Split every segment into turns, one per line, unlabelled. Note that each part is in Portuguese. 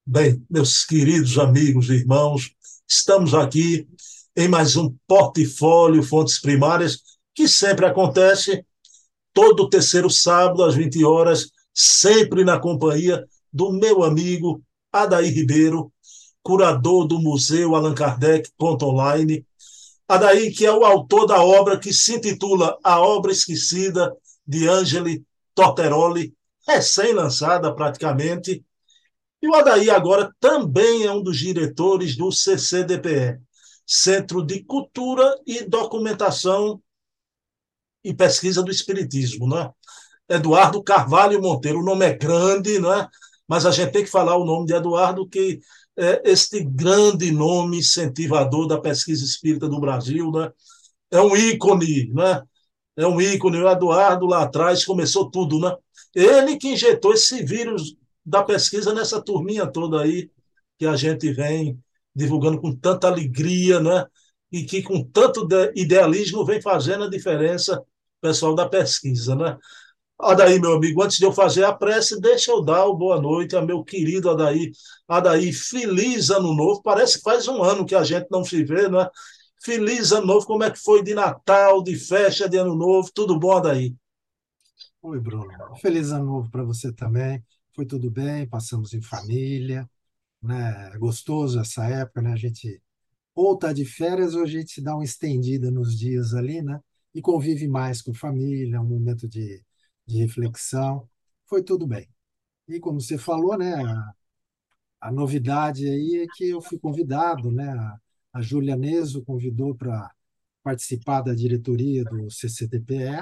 Bem, meus queridos amigos e irmãos, estamos aqui em mais um Portfólio Fontes Primárias, que sempre acontece todo terceiro sábado às 20 horas, sempre na companhia do meu amigo Adair Ribeiro, curador do Museu Allan Kardec Online. Adair, que é o autor da obra que se intitula A Obra Esquecida, de Angeli Torteroli, recém-lançada praticamente. E o Adair agora também é um dos diretores do CCDPE, Centro de Cultura e Documentação e Pesquisa do Espiritismo, né? Eduardo Carvalho Monteiro, o nome é grande, né? Mas a gente tem que falar o nome de Eduardo, que é este grande nome incentivador da pesquisa espírita do Brasil, né? É um ícone, né? É um ícone. O Eduardo lá atrás começou tudo, né? Ele que injetou esse vírus da pesquisa nessa turminha toda aí que a gente vem divulgando com tanta alegria, né? E que com tanto idealismo vem fazendo a diferença, pessoal da pesquisa, né? Adair, meu amigo, antes de eu fazer a prece, deixa eu dar o boa noite a meu querido Adair. Adair, feliz ano novo. Parece que faz um ano que a gente não se vê, né? Feliz ano novo. Como é que foi de Natal, de festa de ano novo? Tudo bom, Adair?
Oi, Bruno. Feliz ano novo para você também. Foi tudo bem, passamos em família, né? É gostoso essa época, né? A gente ou está de férias ou a gente se dá uma estendida nos dias ali, né? E convive mais com a família, um momento de reflexão. Foi tudo bem. E como você falou, né? A novidade aí é que eu fui convidado, né? A Júlia Neso convidou para participar da diretoria do CCDPE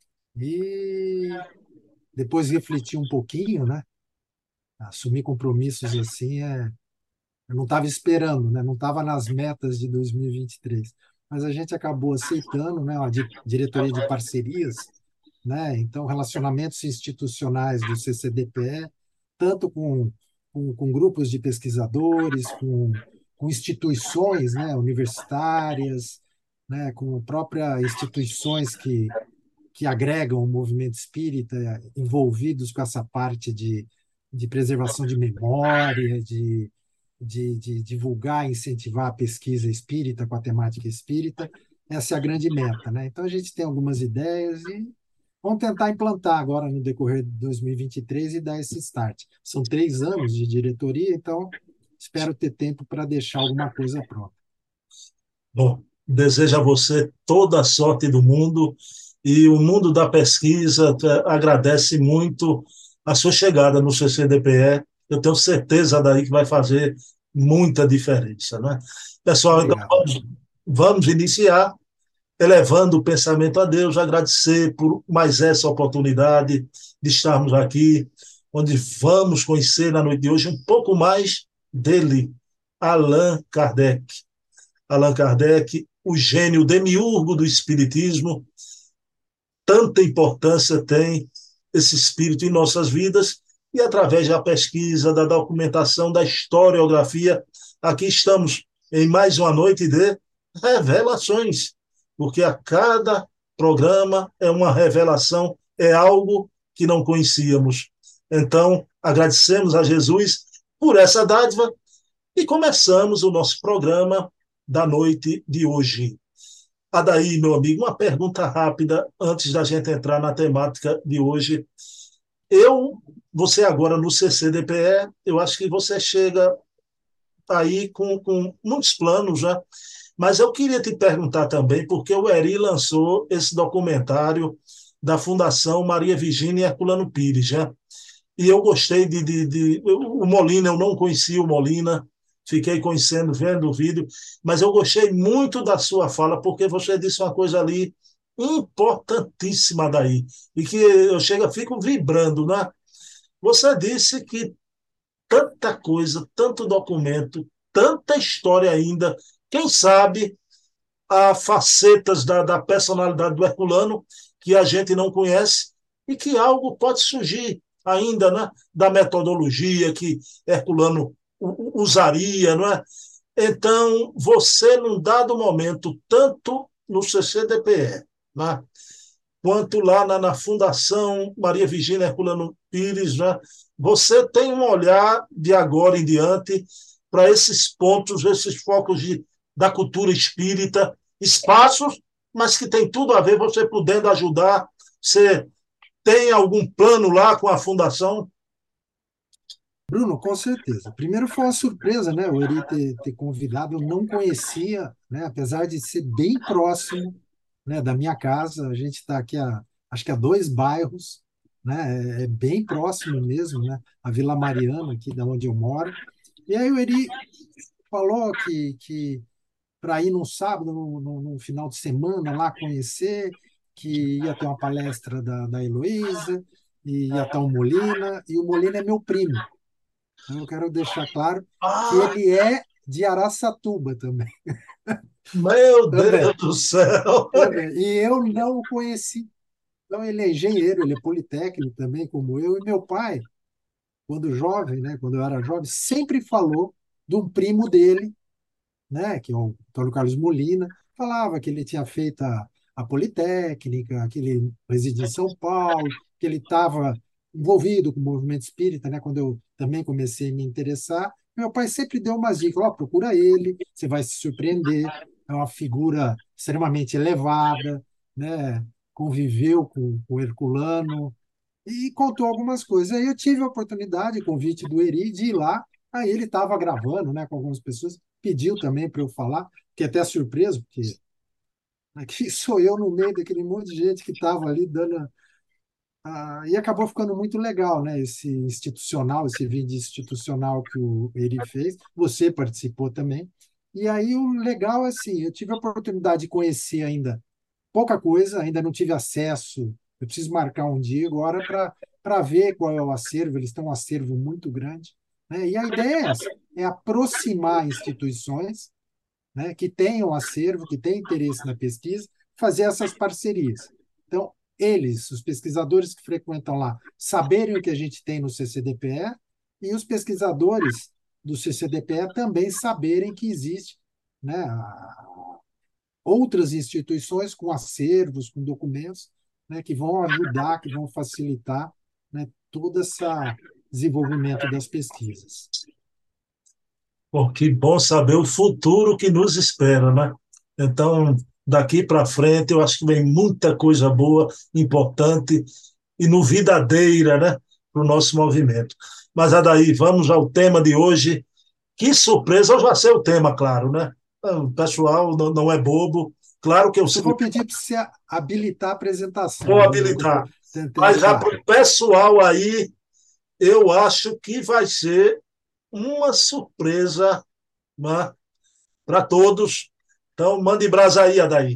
e depois refleti um pouquinho, né? Assumir compromissos assim eu não estava esperando, né? Não estava nas metas de 2023, mas a gente acabou aceitando, né? Uma diretoria de parcerias, né? Então, relacionamentos institucionais do CCDPE, tanto com grupos de pesquisadores, com instituições, né? Universitárias, né? Com próprias instituições que agregam o movimento espírita envolvidos com essa parte de preservação de memória, de divulgar e incentivar a pesquisa espírita com a temática espírita. Essa é a grande meta, né? Então a gente tem algumas ideias e vamos tentar implantar agora no decorrer de 2023 e 23 e dar esse start. São 3 anos de diretoria, então espero ter tempo para deixar alguma coisa pronta.
Bom, desejo a você toda a sorte do mundo e o mundo da pesquisa agradece muito a sua chegada no CCDPE. Eu tenho certeza daí que vai fazer muita diferença, né? Pessoal, então
Obrigado.
vamos iniciar elevando o pensamento a Deus, agradecer por mais essa oportunidade de estarmos aqui, onde vamos conhecer na noite de hoje um pouco mais dele, Allan Kardec. Allan Kardec, o gênio demiurgo do Espiritismo, tanta importância tem esse espírito em nossas vidas e através da pesquisa, da documentação, da historiografia, aqui estamos em mais uma noite de revelações, porque a cada programa é uma revelação, é algo que não conhecíamos. Então, agradecemos a Jesus por essa dádiva e começamos o nosso programa da noite de hoje. Adaí, meu amigo, uma pergunta rápida antes da gente entrar na temática de hoje. Eu, você agora no CCDPE, eu acho que você chega aí com muitos planos já, mas eu queria te perguntar também, porque o Eri lançou esse documentário da Fundação Maria Virgínia Herculano Pires, já. E eu gostei o Molina, eu não conhecia o Molina, fiquei conhecendo, vendo o vídeo, mas eu gostei muito da sua fala, porque você disse uma coisa ali importantíssima daí, e que eu chego, fico vibrando, né? Você disse que tanta coisa, tanto documento, tanta história ainda, quem sabe há facetas da personalidade do Herculano que a gente não conhece e que algo pode surgir ainda, né, da metodologia que Herculano usaria, não é? Então, você, num dado momento, tanto no CCDPE, né, quanto lá na Fundação Maria Virgínia Herculano Pires, né? Você tem um olhar de agora em diante para esses pontos, esses focos da cultura espírita, espaços, mas que tem tudo a ver, você podendo ajudar. Você tem algum plano lá com a Fundação?
Bruno, com certeza. Primeiro foi uma surpresa, né? O Eri ter convidado, eu não conhecia, né? Apesar de ser bem próximo, né, da minha casa. A gente está aqui acho que a 2 bairros, né? É bem próximo mesmo, né? A Vila Mariana, aqui da onde eu moro. E aí o Eri falou que para ir no sábado, no final de semana, lá conhecer, que ia ter uma palestra da Heloísa, e ia estar o Molina, e o Molina é meu primo. Então, eu quero deixar claro que
Ah,
ele é de Araçatuba também.
meu Deus
Também,
do céu!
também. E eu não o conheci. Então, ele é engenheiro, ele é politécnico também, como eu. E meu pai, quando jovem, né, quando eu era jovem, sempre falou de um primo dele, né, que é o Antônio Carlos Molina, falava que ele tinha feito a Politécnica, que ele residia em São Paulo, que ele estava envolvido com o movimento espírita, né, quando eu também comecei a me interessar. Meu pai sempre deu umas dicas, ó, procura ele, você vai se surpreender, é uma figura extremamente elevada, né, conviveu com Herculano, e contou algumas coisas. Aí eu tive a oportunidade, convite do Eri, de ir lá. Aí ele estava gravando, né, com algumas pessoas, pediu também para eu falar, fiquei até surpreso, porque aqui sou eu no meio daquele monte de gente que estava ali dando. E acabou ficando muito legal, né? Esse institucional, esse vídeo institucional que o Eri fez. Você participou também. E aí o legal, é assim, eu tive a oportunidade de conhecer ainda pouca coisa, ainda não tive acesso. Eu preciso marcar um dia agora para ver qual é o acervo. Eles têm um acervo muito grande, né? E a ideia é essa, é aproximar instituições, né, que tenham acervo, que têm interesse na pesquisa, fazer essas parcerias. Então, eles, os pesquisadores que frequentam lá, saberem o que a gente tem no CCDPE e os pesquisadores do CCDPE também saberem que existe, né, outras instituições com acervos, com documentos, né, que vão ajudar, que vão facilitar, né, todo esse desenvolvimento das pesquisas.
Pô, que bom saber o futuro que nos espera, né? Então, daqui para frente, eu acho que vem muita coisa boa, importante e novidadeira, né, para o nosso movimento. Mas, Adaí, vamos ao tema de hoje. Que surpresa, eu já sei o tema, claro, né? O pessoal não é bobo. Claro que eu
Eu
sei,
vou pedir para você habilitar a apresentação,
vou
Bruno. Eu vou
habilitar. Mas já
tentar.
para o pessoal aí, eu acho que vai ser uma surpresa, né, para todos. Então, mande brasa aí, Adaí.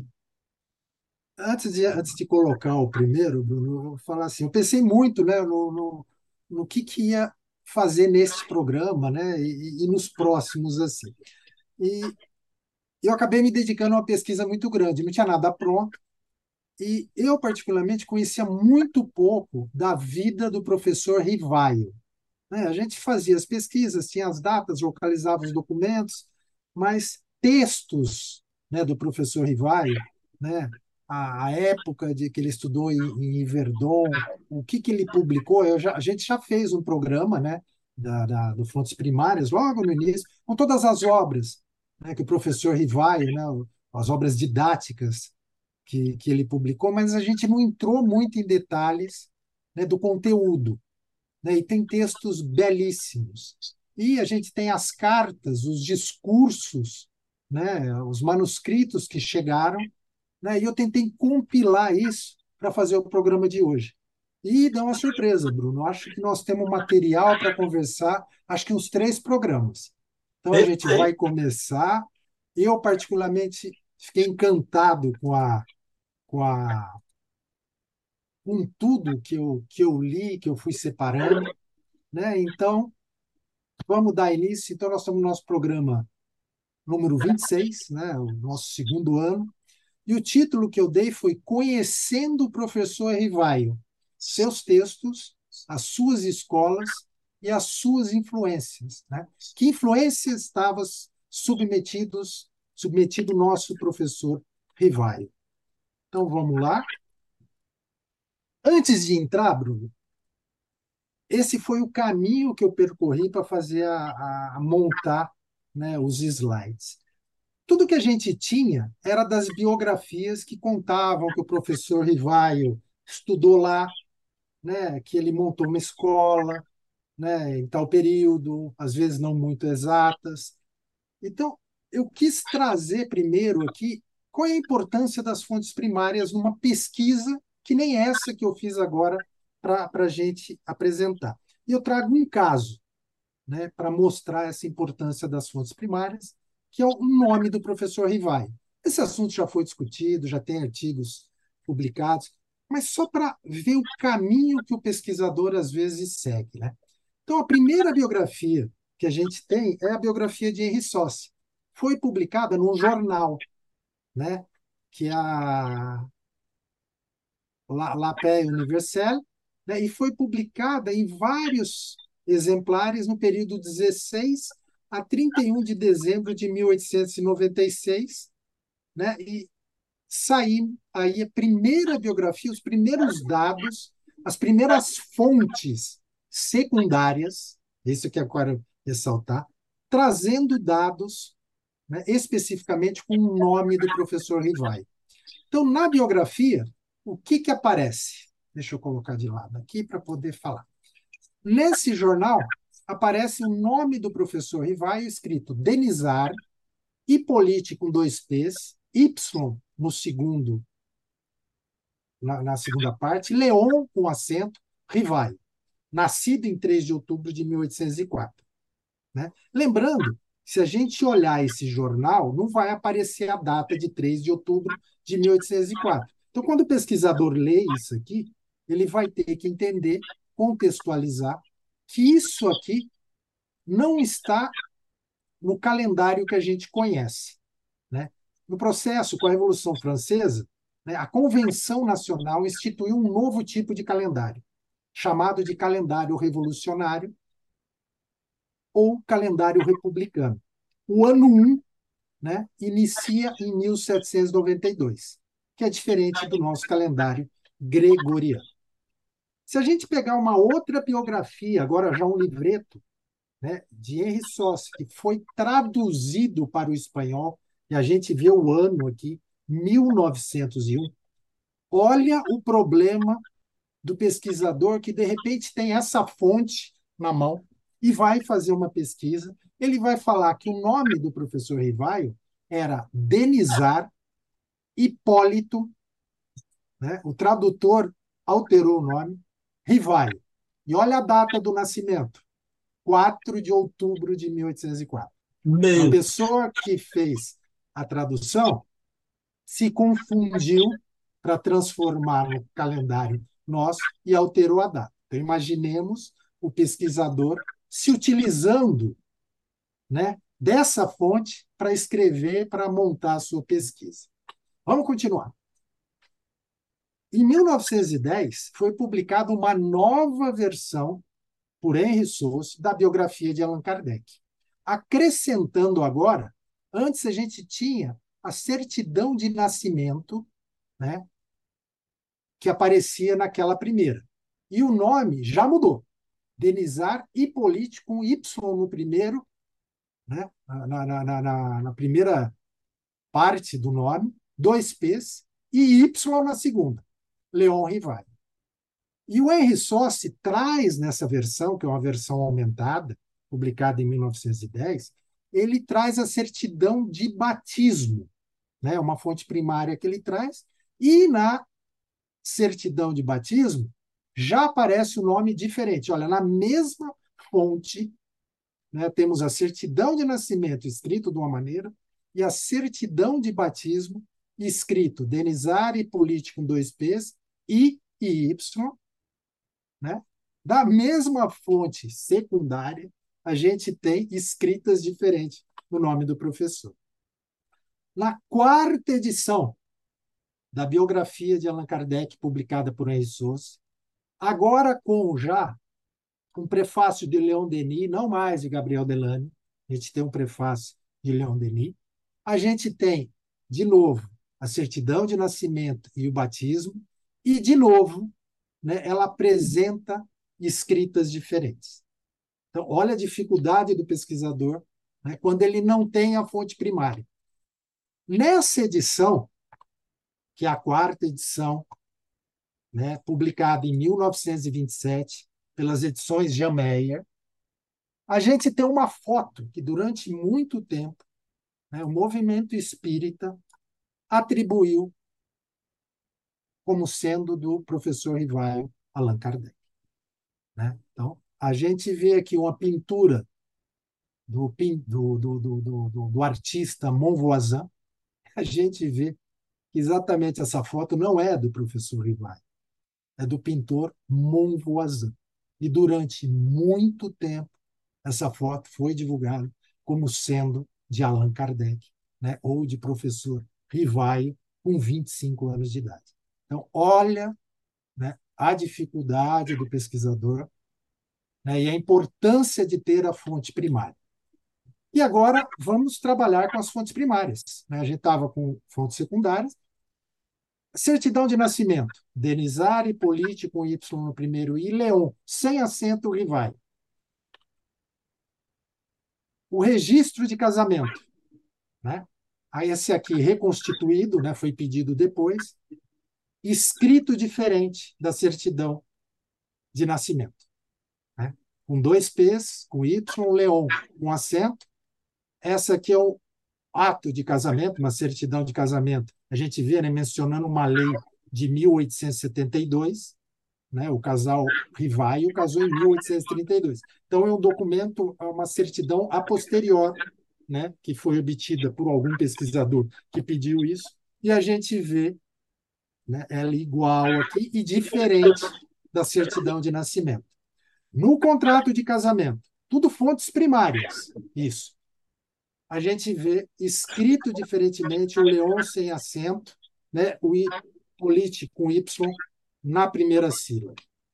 Antes de colocar o primeiro, Bruno, eu vou falar assim, eu pensei muito, né, no que ia fazer neste programa, né, e nos próximos, assim. E eu acabei me dedicando a uma pesquisa muito grande, não tinha nada pronto, e eu, particularmente, conhecia muito pouco da vida do professor Rivaio, né? A gente fazia as pesquisas, tinha as datas, localizava os documentos, mas textos, né, do professor Rivaio, né, a época de que ele estudou em Yverdon, o que ele publicou, a gente já fez um programa, né, do Fontes Primárias, logo no início, com todas as obras, né, que o professor Rivaio, né, as obras didáticas que ele publicou, mas a gente não entrou muito em detalhes, né, do conteúdo, né? E tem textos belíssimos. E a gente tem as cartas, os discursos, né? Os manuscritos que chegaram, né? E eu tentei compilar isso para fazer o programa de hoje. E dá uma surpresa, Bruno. Acho que nós temos material para conversar, acho que uns 3 programas. Então a gente vai
Perfeito.
começar. Eu, particularmente, fiquei encantado com tudo que eu li, que eu fui separando, né? Então, vamos dar início. Então, nós estamos no nosso programa número 26, né? O nosso segundo ano. E o título que eu dei foi Conhecendo o Professor Rivaio, seus textos, as suas escolas e as suas influências, né? Que influências estavam submetido o nosso professor Rivaio? Então, vamos lá. Antes de entrar, Bruno, esse foi o caminho que eu percorri para fazer a montar, né, os slides. Tudo que a gente tinha era das biografias que contavam que o professor Rivaio estudou lá, né, que ele montou uma escola, né, em tal período, às vezes não muito exatas. Então, eu quis trazer primeiro aqui qual é a importância das fontes primárias numa pesquisa que nem essa que eu fiz agora para a gente apresentar. E eu trago um caso, né, para mostrar essa importância das fontes primárias, que é o nome do professor Rivai. Esse assunto já foi discutido, já tem artigos publicados, mas só para ver o caminho que o pesquisador às vezes segue, né? Então, a primeira biografia que a gente tem é a biografia de Henri Sauce. Foi publicada num jornal, né, que é a La Paix Universelle, né, e foi publicada em vários exemplares no período 16 a 31 de dezembro de 1896, né, e saiu aí a primeira biografia, os primeiros dados, as primeiras fontes secundárias, isso que eu quero ressaltar, trazendo dados, né, especificamente com o nome do professor Rivai. Então, na biografia, o que, que aparece? Deixa eu colocar de lado aqui para poder falar. Nesse jornal, aparece o nome do professor Rivai escrito Denizar, Hippolyte com dois P's, Y no segundo, na segunda parte, Leon com acento, Rivai, nascido em 3 de outubro de 1804. Né? Lembrando, se a gente olhar esse jornal, não vai aparecer a data de 3 de outubro de 1804. Então, quando o pesquisador lê isso aqui, ele vai ter que entender, contextualizar, que isso aqui não está no calendário que a gente conhece. Né? No processo com a Revolução Francesa, né, a Convenção Nacional instituiu um novo tipo de calendário, chamado de calendário revolucionário, ou calendário republicano. O ano 1, né, inicia em 1792, que é diferente do nosso calendário gregoriano. Se a gente pegar uma outra biografia, agora já um livreto, né, de Henri Sauce, que foi traduzido para o espanhol, e a gente vê o ano aqui, 1901, olha o problema do pesquisador que, de repente, tem essa fonte na mão e vai fazer uma pesquisa. Ele vai falar que o nome do professor Rivaio era Denizar Hipólito, né? O tradutor alterou o nome, Rivaio. E olha a data do nascimento, 4 de outubro de 1804. Então, a
Meu,
pessoa que fez a tradução se confundiu para transformar no calendário nosso e alterou a data. Então, imaginemos o pesquisador se utilizando, né, dessa fonte para escrever, para montar a sua pesquisa. Vamos continuar. Em 1910, foi publicada uma nova versão, por Henri Sauce, da biografia de Allan Kardec. Acrescentando agora, antes a gente tinha a certidão de nascimento, né, que aparecia naquela primeira. E o nome já mudou. Denizar Hippolyte com Y no primeiro, né? Na primeira parte do nome, dois P's, e Y na segunda, Leon Rivai. E o Henri Sauce traz nessa versão, que é uma versão aumentada, publicada em 1910, ele traz a certidão de batismo, né? Uma fonte primária que ele traz, e na certidão de batismo, já aparece o nome diferente. Olha, na mesma fonte, né, temos a certidão de nascimento escrito de uma maneira e a certidão de batismo escrito Denizar Hippolyte com dois P's, I e Y, né? Da mesma fonte secundária, a gente tem escritas diferentes no nome do professor. Na quarta edição da biografia de Allan Kardec, publicada por Henri Sauce, agora com já um prefácio de Leon Denis, não mais de Gabriel Delany, a gente tem um prefácio de Leon Denis, a gente tem, de novo, a certidão de nascimento e o batismo, e, de novo, né, ela apresenta escritas diferentes. Então, olha a dificuldade do pesquisador, né, quando ele não tem a fonte primária. Nessa edição, que é a quarta edição, né, publicada em 1927, pelas edições Jameyer, a gente tem uma foto que, durante muito tempo, né, o movimento espírita atribuiu como sendo do professor Rivaio Allan Kardec. Né? Então, a gente vê aqui uma pintura do artista Monvoisin. A gente vê que exatamente essa foto não é do professor Rivaio, é do pintor Monvoisin. E durante muito tempo, essa foto foi divulgada como sendo de Allan Kardec, né? Ou de professor Rivaio, com 25 anos de idade. Então, olha, né, a dificuldade do pesquisador, né, e a importância de ter a fonte primária. E agora vamos trabalhar com as fontes primárias. Né? A gente estava com fontes secundárias. Certidão de nascimento: Denizar Hipólite com Y no primeiro I, Leon, sem acento, Rivai. O registro de casamento, né? Aí esse aqui reconstituído, né, foi pedido depois, escrito diferente da certidão de nascimento, né? Com dois P's, com Y, Leon, com acento. Essa aqui é o ato de casamento, uma certidão de casamento. A gente vê, né, mencionando uma lei de 1872, né, o casal Rivaio casou em 1832. Então, é um documento, uma certidão a posterior, né, que foi obtida por algum pesquisador que pediu isso, e a gente vê, né, ela igual aqui e diferente da certidão de nascimento. No contrato de casamento, tudo fontes primárias, isso. A gente vê escrito diferentemente o Leon sem acento, né, o Hipólite com Y na primeira sílaba.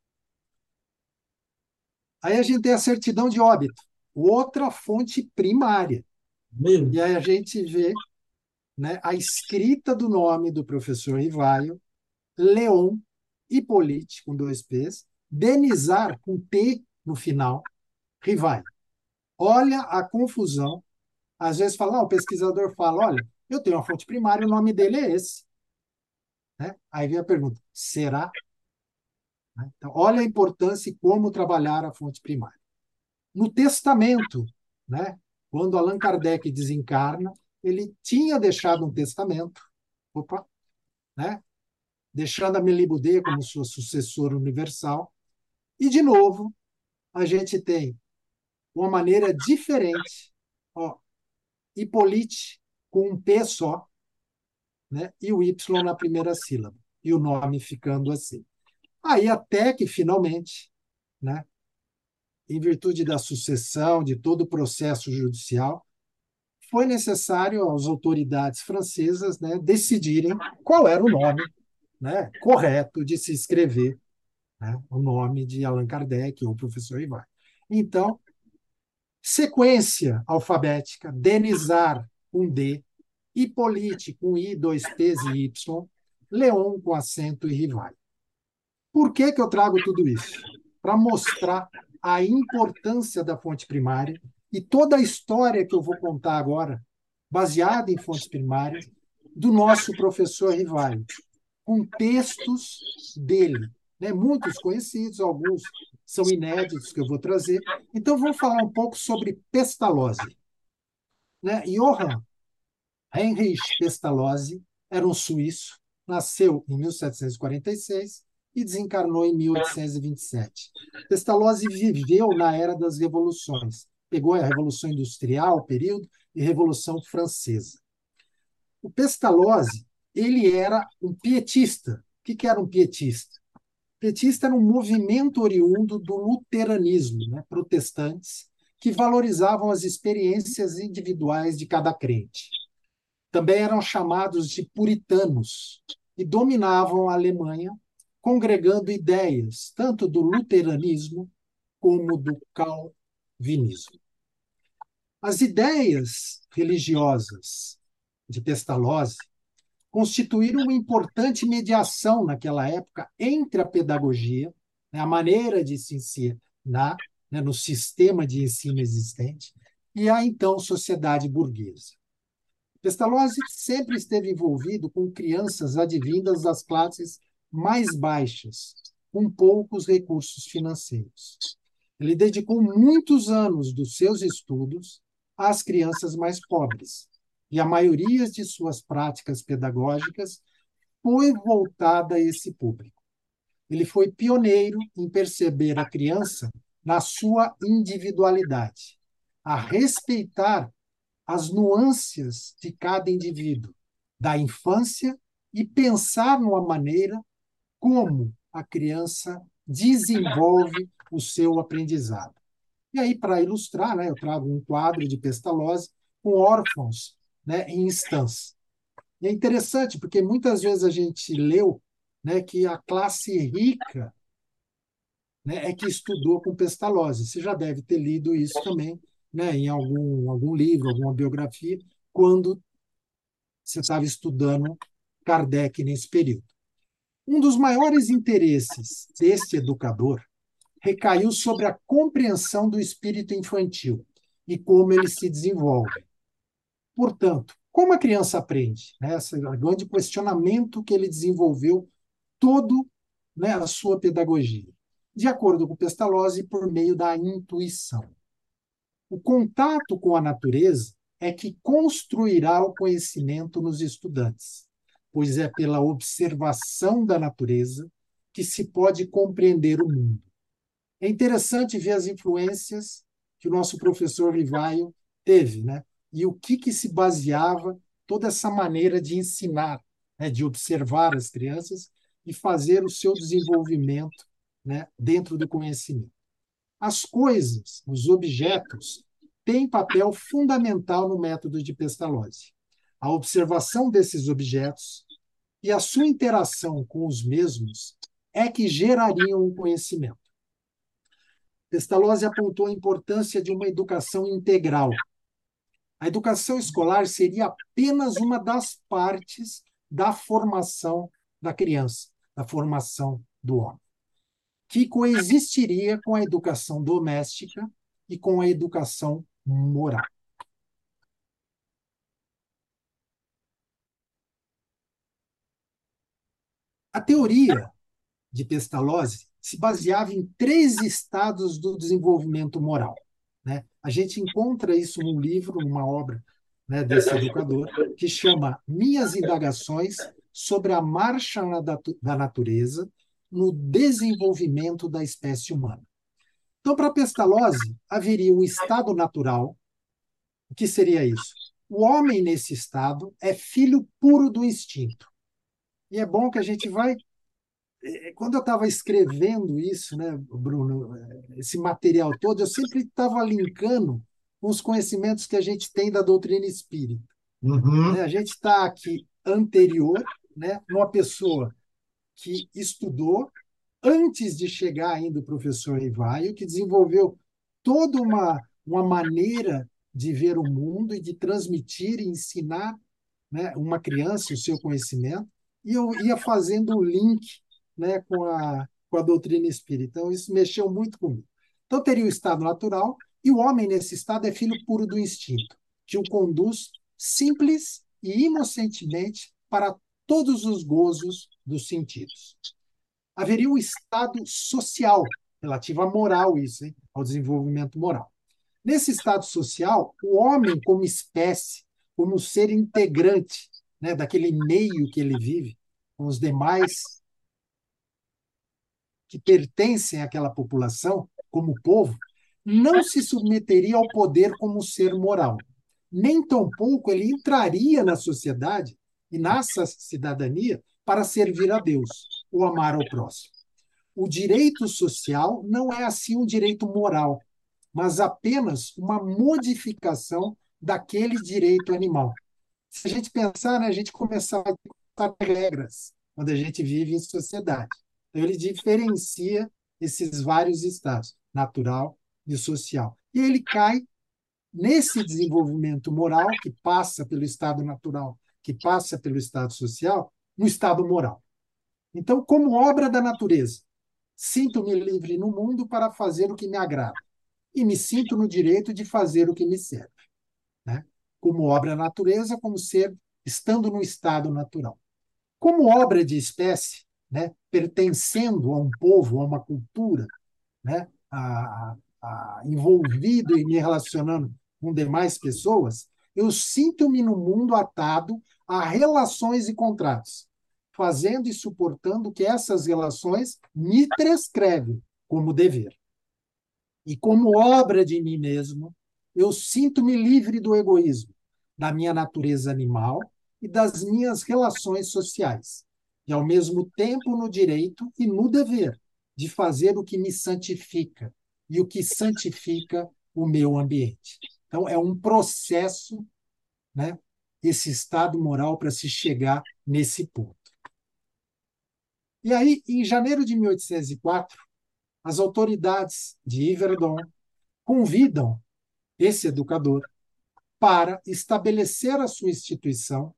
Aí a gente tem a certidão de óbito, outra fonte primária.
Meu,
E aí a gente vê, né, a escrita do nome do professor Rivaio, Leon Hipólite, com dois P's, Denizar, com T no final, Rivaio. Olha a confusão. Às vezes fala, não, o pesquisador fala, olha, eu tenho uma fonte primária, o nome dele é esse. Né? Aí vem a pergunta, será? Né? Então, olha a importância e como trabalhar a fonte primária. No testamento, né, quando Allan Kardec desencarna, ele tinha deixado um testamento, opa, né, deixando a Melibudê como sua sucessora universal. E, de novo, a gente tem uma maneira diferente, ó, Hipólite com um P só, né, e o Y na primeira sílaba, e o nome ficando assim. Aí até que, finalmente, né, em virtude da sucessão, de todo o processo judicial, foi necessário às autoridades francesas, né, decidirem qual era o nome, né, correto de se escrever, né, o nome de Allan Kardec ou professor Ivar. Então, sequência alfabética: Denizar com D, Hipólite com I, dois P's e Y, Leon com acento e Rivaio. Por que eu trago tudo isso? Para mostrar a importância da fonte primária e toda a história que eu vou contar agora, baseada em fontes primárias, do nosso professor Rivaio, com textos dele, né? Muitos conhecidos, alguns são inéditos que eu vou trazer. Então, vou falar um pouco sobre Pestalozzi. Né? Johann Heinrich Pestalozzi era um suíço, nasceu em 1746 e desencarnou em 1827. Pestalozzi viveu na era das revoluções, pegou a Revolução Industrial, o período, e Revolução Francesa. O Pestalozzi, ele era um pietista. O que era um pietista? Pietista era um movimento oriundo do luteranismo, né? Protestantes, que valorizavam as experiências individuais de cada crente. Também eram chamados de puritanos e dominavam a Alemanha, congregando ideias tanto do luteranismo como do calvinismo. As ideias religiosas de Pestalozzi constituíram uma importante mediação naquela época entre a pedagogia, né, a maneira de se ensinar, né, no sistema de ensino existente, e a então sociedade burguesa. Pestalozzi sempre esteve envolvido com crianças advindas das classes mais baixas, com poucos recursos financeiros. Ele dedicou muitos anos dos seus estudos às crianças mais pobres, e a maioria de suas práticas pedagógicas foi voltada a esse público. Ele foi pioneiro em perceber a criança na sua individualidade, a respeitar as nuances de cada indivíduo, da infância, e pensar numa maneira como a criança desenvolve o seu aprendizado. E aí, para ilustrar, né, eu trago um quadro de Pestalozzi com órfãos, né, em instância. E é interessante, porque muitas vezes a gente leu, né, que a classe rica, né, é que estudou com Pestalozzi. Você já deve ter lido isso também, né, em algum livro, alguma biografia, quando você estava estudando Kardec nesse período. Um dos maiores interesses deste educador recaiu sobre a compreensão do espírito infantil e como ele se desenvolve. Portanto, como a criança aprende? Esse é o grande questionamento que ele desenvolveu todo, né, a sua pedagogia. De acordo com Pestalozzi, por meio da intuição. O contato com a natureza é que construirá o conhecimento nos estudantes, pois é pela observação da natureza que se pode compreender o mundo. É interessante ver as influências que o nosso professor Rivaio teve, né? E o que se baseava toda essa maneira de ensinar, né? De observar as crianças e fazer o seu desenvolvimento, né? Dentro do conhecimento. As coisas, os objetos, têm papel fundamental no método de Pestalozzi. A observação desses objetos e a sua interação com os mesmos é que gerariam o conhecimento. Pestalozzi apontou a importância de uma educação integral. A educação escolar seria apenas uma das partes da formação da criança, da formação do homem, que coexistiria com a educação doméstica e com a educação moral. A teoria de Pestalozzi se baseava em três estados do desenvolvimento moral, né? A gente encontra isso num livro, numa obra, né, desse educador, que chama Minhas Indagações sobre a Marcha da Natureza no Desenvolvimento da Espécie Humana. Então, para Pestalozzi, haveria um estado natural. O que seria isso? O homem, nesse estado, é filho puro do instinto. E é bom que a gente vai. Quando eu estava escrevendo isso, né, Bruno, esse material todo, eu sempre estava linkando com os conhecimentos que a gente tem da doutrina espírita, né?
Uhum.
A gente está aqui anterior, né, numa pessoa que estudou antes de chegar ainda o professor Rivaio, que desenvolveu toda uma maneira de ver o mundo e de transmitir e ensinar, né, uma criança o seu conhecimento, e eu ia fazendo o link, né, com a doutrina espírita. Então, isso mexeu muito comigo. Então, teria o estado natural, e o homem, nesse estado, é filho puro do instinto, que o conduz simples e inocentemente para todos os gozos dos sentidos. Haveria um estado social, relativo à moral, isso, hein? Ao desenvolvimento moral. Nesse estado social, o homem, como espécie, como ser integrante, né, daquele meio que ele vive, com os demais que pertencem àquela população, como povo, não se submeteria ao poder como ser moral. Nem tampouco ele entraria na sociedade e na cidadania para servir a Deus ou amar ao próximo. O direito social não é assim um direito moral, mas apenas uma modificação daquele direito animal. Se a gente pensar, né, a gente começar a ter regras quando a gente vive em sociedade. Então, ele diferencia esses vários estados, natural e social. E ele cai nesse desenvolvimento moral, que passa pelo estado natural que passa pelo estado social, no estado moral. Então, como obra da natureza, sinto-me livre no mundo para fazer o que me agrada e me sinto no direito de fazer o que me serve, né? Como obra da natureza, como ser estando no estado natural. Como obra de espécie, né, pertencendo a um povo, a uma cultura, né, envolvido e me relacionando com demais pessoas, eu sinto-me no mundo atado a relações e contratos, fazendo e suportando que essas relações me prescrevem como dever. E como obra de mim mesmo, eu sinto-me livre do egoísmo, da minha natureza animal e das minhas relações sociais, e ao mesmo tempo no direito e no dever de fazer o que me santifica e o que santifica o meu ambiente. Então, é um processo, né, esse estado moral para se chegar nesse ponto. E aí, em janeiro de 1804, as autoridades de Yverdon convidam esse educador para estabelecer a sua instituição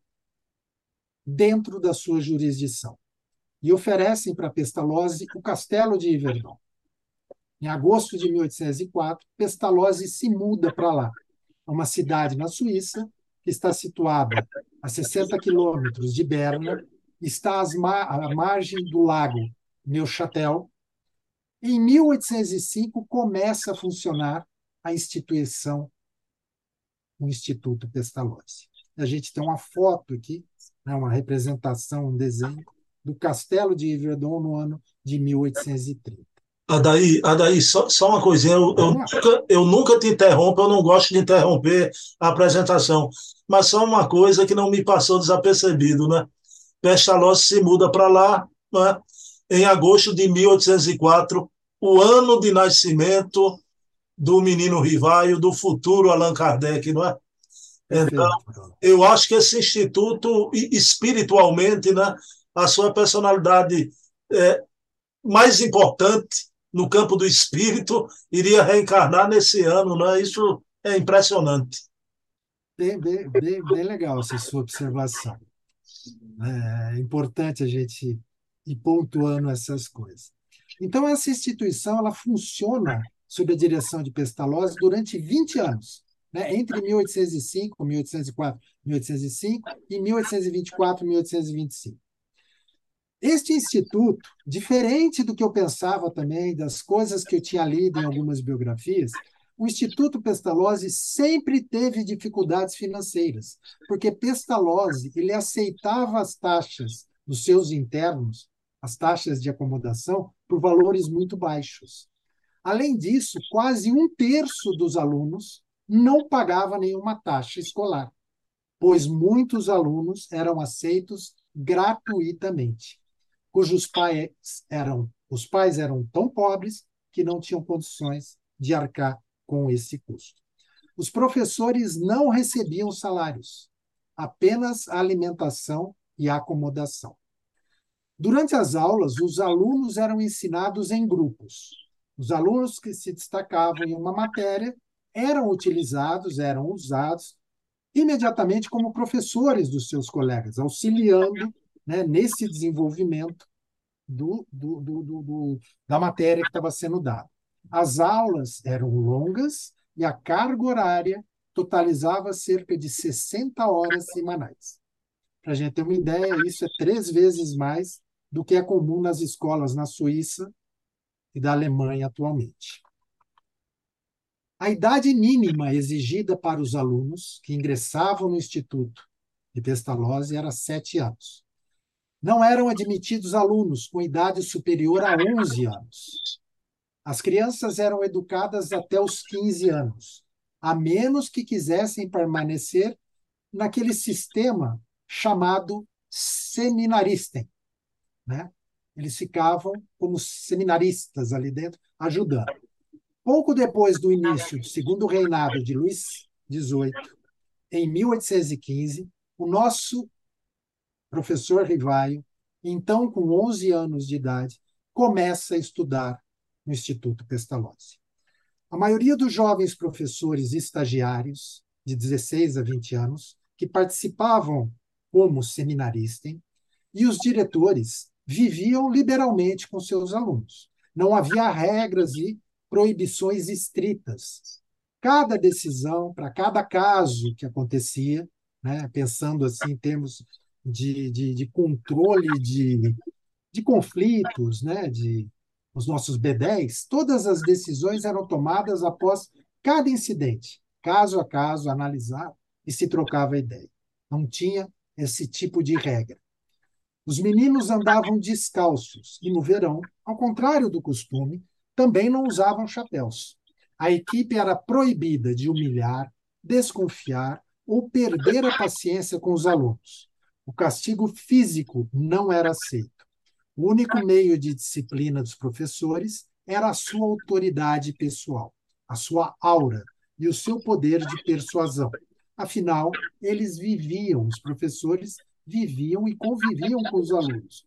dentro da sua jurisdição e oferecem para Pestalozzi o castelo de Yverdon. Em agosto de 1804, Pestalozzi se muda para lá, uma cidade na Suíça que está situada a 60 quilômetros de Berna, está à margem do lago Neuchâtel. Em 1805 começa a funcionar a instituição, o Instituto Pestalozzi. A gente tem uma foto aqui, né, uma representação, um desenho do Castelo de Yverdon no ano de 1830.
Adaí, só uma coisinha,
Vamos lá.
eu nunca te interrompo, eu não gosto de interromper a apresentação, mas só uma coisa que não me passou desapercebido, né? Pestalozzi se muda para lá, né? Em agosto de 1804, o ano de nascimento do menino Rivaio, do futuro Allan Kardec, não é? Então,
Perfeito, Bruno.
eu acho que esse instituto, espiritualmente, né, a sua personalidade é, mais importante no campo do espírito iria reencarnar nesse ano, né? Isso é impressionante.
Bem legal essa sua observação. É importante a gente ir pontuando essas coisas. Então, essa instituição ela funciona sob a direção de Pestalozzi durante 20 anos, né? Entre 1805, 1804, 1805 e 1824, 1825. Este instituto, diferente do que eu pensava também, das coisas que eu tinha lido em algumas biografias, o Instituto Pestalozzi sempre teve dificuldades financeiras, porque Pestalozzi ele aceitava as taxas dos seus internos, as taxas de acomodação, por valores muito baixos. Além disso, quase um terço dos alunos não pagava nenhuma taxa escolar, pois muitos alunos eram aceitos gratuitamente os pais eram tão pobres que não tinham condições de arcar com esse custo. Os professores não recebiam salários, apenas a alimentação e a acomodação. Durante as aulas, os alunos eram ensinados em grupos. Os alunos que se destacavam em uma matéria eram usados imediatamente como professores dos seus colegas, auxiliando, né, nesse desenvolvimento da matéria que estava sendo dada. As aulas eram longas e a carga horária totalizava cerca de 60 horas semanais. Para a gente ter uma ideia, isso é 3 vezes mais do que é comum nas escolas na Suíça e da Alemanha atualmente. A idade mínima exigida para os alunos que ingressavam no Instituto de Pestalozzi era 7 anos. Não eram admitidos alunos com idade superior a 11 anos. As crianças eram educadas até os 15 anos, a menos que quisessem permanecer naquele sistema chamado seminaristen, né? Eles ficavam como seminaristas ali dentro, ajudando. Pouco depois do início do segundo reinado de Luís XVIII, em 1815, o nosso professor Rivaio, então com 11 anos de idade, começa a estudar no Instituto Pestalozzi. A maioria dos jovens professores estagiários, de 16 a 20 anos, que participavam como seminaristem, e os diretores viviam liberalmente com seus alunos. Não havia regras e proibições estritas. Cada decisão, para cada caso que acontecia, né, pensando assim em termos de controle de conflitos, né, de os nossos B10, todas as decisões eram tomadas após cada incidente, caso a caso, analisado e se trocava ideia. Não tinha esse tipo de regra. Os meninos andavam descalços e, no verão, ao contrário do costume, também não usavam chapéus. A equipe era proibida de humilhar, desconfiar ou perder a paciência com os alunos. O castigo físico não era aceito. O único meio de disciplina dos professores era a sua autoridade pessoal, a sua aura e o seu poder de persuasão. Afinal, eles viviam, os professores viviam e conviviam com os alunos,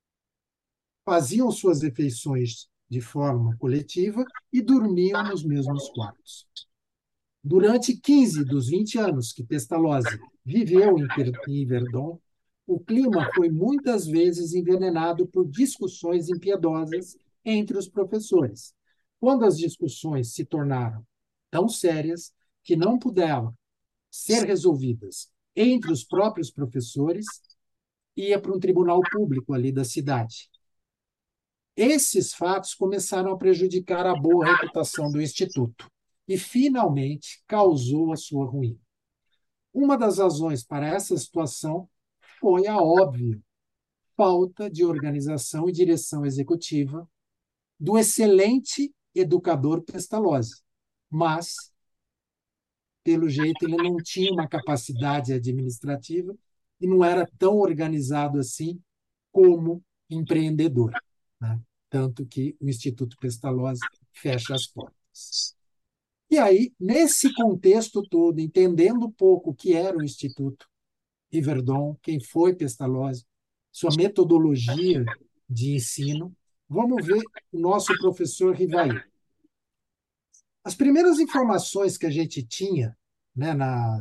faziam suas refeições de forma coletiva e dormiam nos mesmos quartos. Durante 15 dos 20 anos que Pestalozzi viveu em Yverdon, o clima foi muitas vezes envenenado por discussões impiedosas entre os professores. Quando as discussões se tornaram tão sérias que não puderam ser resolvidas entre os próprios professores, ia para um tribunal público ali da cidade. Esses fatos começaram a prejudicar a boa reputação do Instituto e, finalmente, causou a sua ruína. Uma das razões para essa situação foi a óbvia falta de organização e direção executiva do excelente educador Pestalozzi, mas, pelo jeito, ele não tinha uma capacidade administrativa e não era tão organizado assim como empreendedor, né? Tanto que o Instituto Pestalozzi fecha as portas. E aí, nesse contexto todo, entendendo um pouco o que era o Instituto Yverdon, quem foi Pestalozzi, sua metodologia de ensino, vamos ver o nosso professor Rivail. As primeiras informações que a gente tinha, né,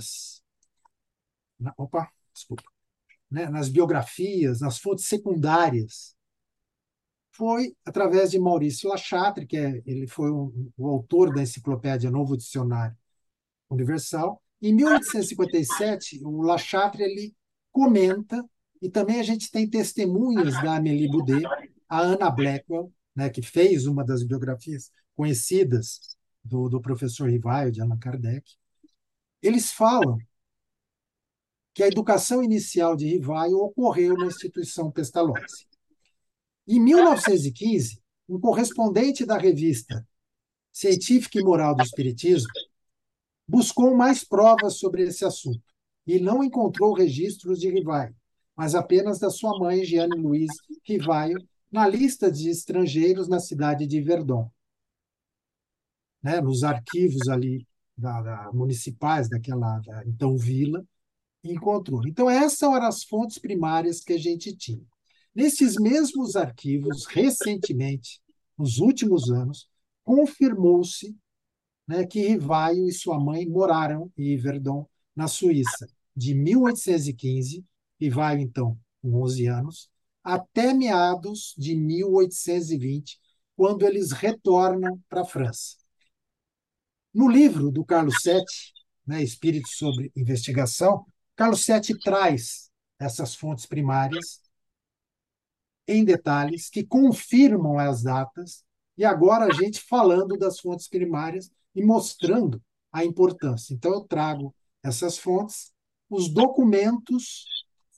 desculpa, né, nas biografias, nas fontes secundárias, foi através de Maurício Lachatre, ele foi o autor da enciclopédia Novo Dicionário Universal. Em 1857, o Lachatre ele comenta, e também a gente tem testemunhas da Amélie Boudet, a Anna Blackwell, né, que fez uma das biografias conhecidas do professor Rivaio, de Allan Kardec. Eles falam que a educação inicial de Rivaio ocorreu na instituição Pestalozzi. Em 1915, um correspondente da revista Científica e Moral do Espiritismo buscou mais provas sobre esse assunto e não encontrou registros de Rivaio, mas apenas da sua mãe, Jeanne Louise Rivaio, na lista de estrangeiros na cidade de Verdun, né, nos arquivos ali municipais daquela então vila, encontrou. Então, essas eram as fontes primárias que a gente tinha. Nesses mesmos arquivos, recentemente, nos últimos anos, confirmou-se, né, que Rivaio e sua mãe moraram em Yverdon, na Suíça, de 1815, Rivaio, então, com 11 anos, até meados de 1820, quando eles retornam para a França. No livro do Carlos Sete, né, Espírito sobre Investigação, Carlos Sete traz essas fontes primárias em detalhes que confirmam as datas, e agora a gente falando das fontes primárias e mostrando a importância. Então, eu trago essas fontes, os documentos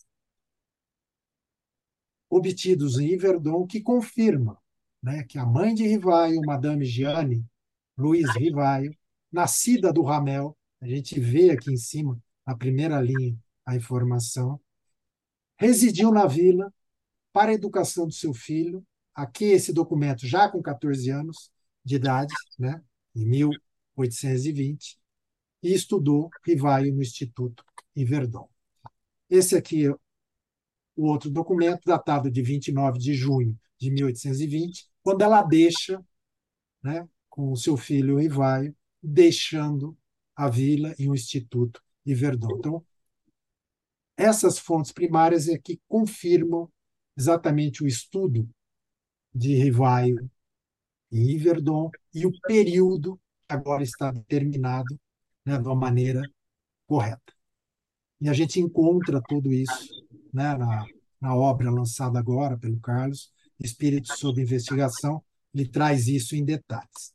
obtidos em Yverdon que confirmam, né, que a mãe de Rivaio, Madame Jeanne Louise Rivaio, nascida do Ramel, a gente vê aqui em cima, na primeira linha, a informação, residiu na vila para a educação do seu filho, aqui esse documento já com 14 anos de idade, né, em 1820, e estudou Rivaio no Instituto em Verdun. Esse aqui é o outro documento, datado de 29 de junho de 1820, quando ela deixa, né, com o seu filho Rivaio, deixando a vila e o Instituto em Verdun. Então, Essas fontes primárias é que confirmam exatamente o estudo de Rivaio e Yverdon e o período agora está determinado, né, de uma maneira correta. E a gente encontra tudo isso, né, na obra lançada agora pelo Carlos, Espírito sob Investigação, ele traz isso em detalhes.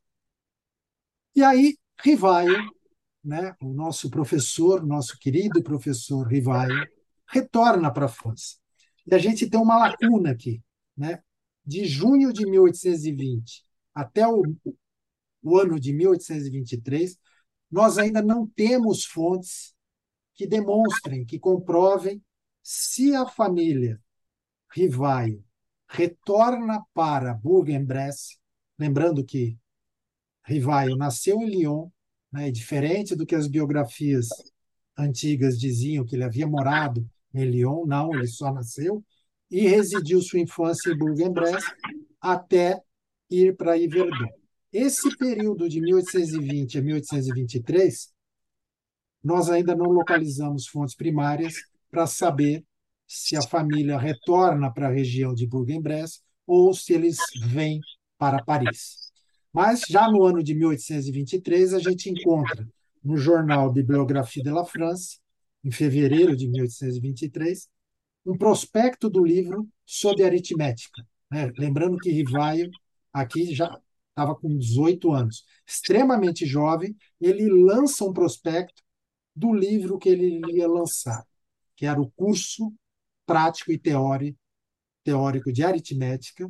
E aí, Rivaio, né, o nosso professor, nosso querido professor Rivaio, retorna para a França. E a gente tem uma lacuna aqui, né? De junho de 1820 até o ano de 1823, nós ainda não temos fontes que demonstrem, que comprovem se a família Rivaio retorna para Bourg-en-Bresse, lembrando que Rivaio nasceu em Lyon, né, e diferente do que as biografias antigas diziam que ele havia morado em Lyon, não, ele só nasceu e residiu sua infância em Bourg-en-Bresse até ir para Yverdon. Esse período de 1820 a 1823, nós ainda não localizamos fontes primárias para saber se a família retorna para a região de Bourg-en-Bresse ou se eles vêm para Paris. Mas já no ano de 1823, a gente encontra no jornal Bibliographie de la France, em fevereiro de 1823, um prospecto do livro sobre aritmética, né? Lembrando que Rivaio aqui já estava com 18 anos, extremamente jovem, ele lança um prospecto do livro que ele ia lançar, que era o curso prático e teórico de aritmética,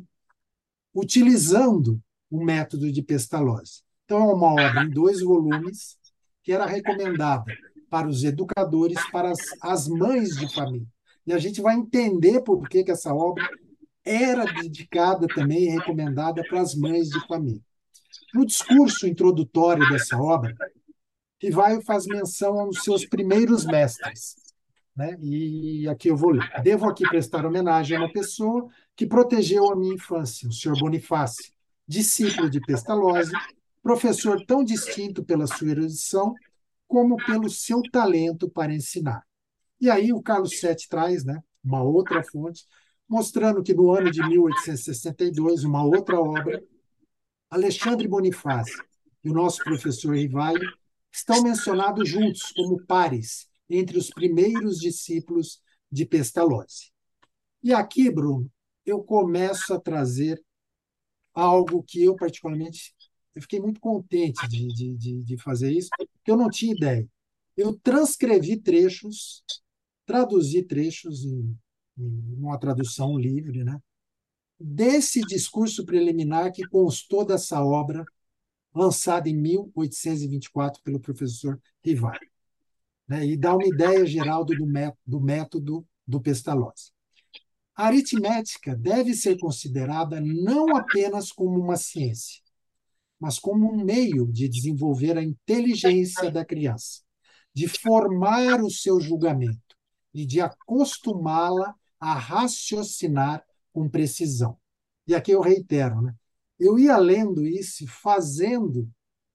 utilizando o método de Pestalozzi. Então, é uma obra em 2 volumes que era recomendada para os educadores, para as mães de família. E a gente vai entender por que essa obra era dedicada também e recomendada para as mães de família. No discurso introdutório dessa obra, Rivaio faz menção aos seus primeiros mestres, né? E aqui eu vou ler. Devo aqui prestar homenagem a uma pessoa que protegeu a minha infância, o senhor Bonifácio, discípulo de Pestalozzi, professor tão distinto pela sua erudição como pelo seu talento para ensinar. E aí o Carlos Sete traz, né, uma outra fonte, mostrando que no ano de 1862, uma outra obra, Alexandre Bonifácio e o nosso professor Rivaio estão mencionados juntos como pares entre os primeiros discípulos de Pestalozzi. E aqui, Bruno, eu começo a trazer algo que eu, particularmente, eu fiquei muito contente de fazer isso, porque eu não tinha ideia. Eu transcrevi trechos, traduzi trechos em uma tradução livre, né? Desse discurso preliminar que constou dessa obra lançada em 1824 pelo professor Rivari, né? E dá uma ideia geral do método do Pestalozzi. A aritmética deve ser considerada não apenas como uma ciência, mas como um meio de desenvolver a inteligência da criança, de formar o seu julgamento e de acostumá-la a raciocinar com precisão. E aqui eu reitero, né? Eu ia lendo isso e fazendo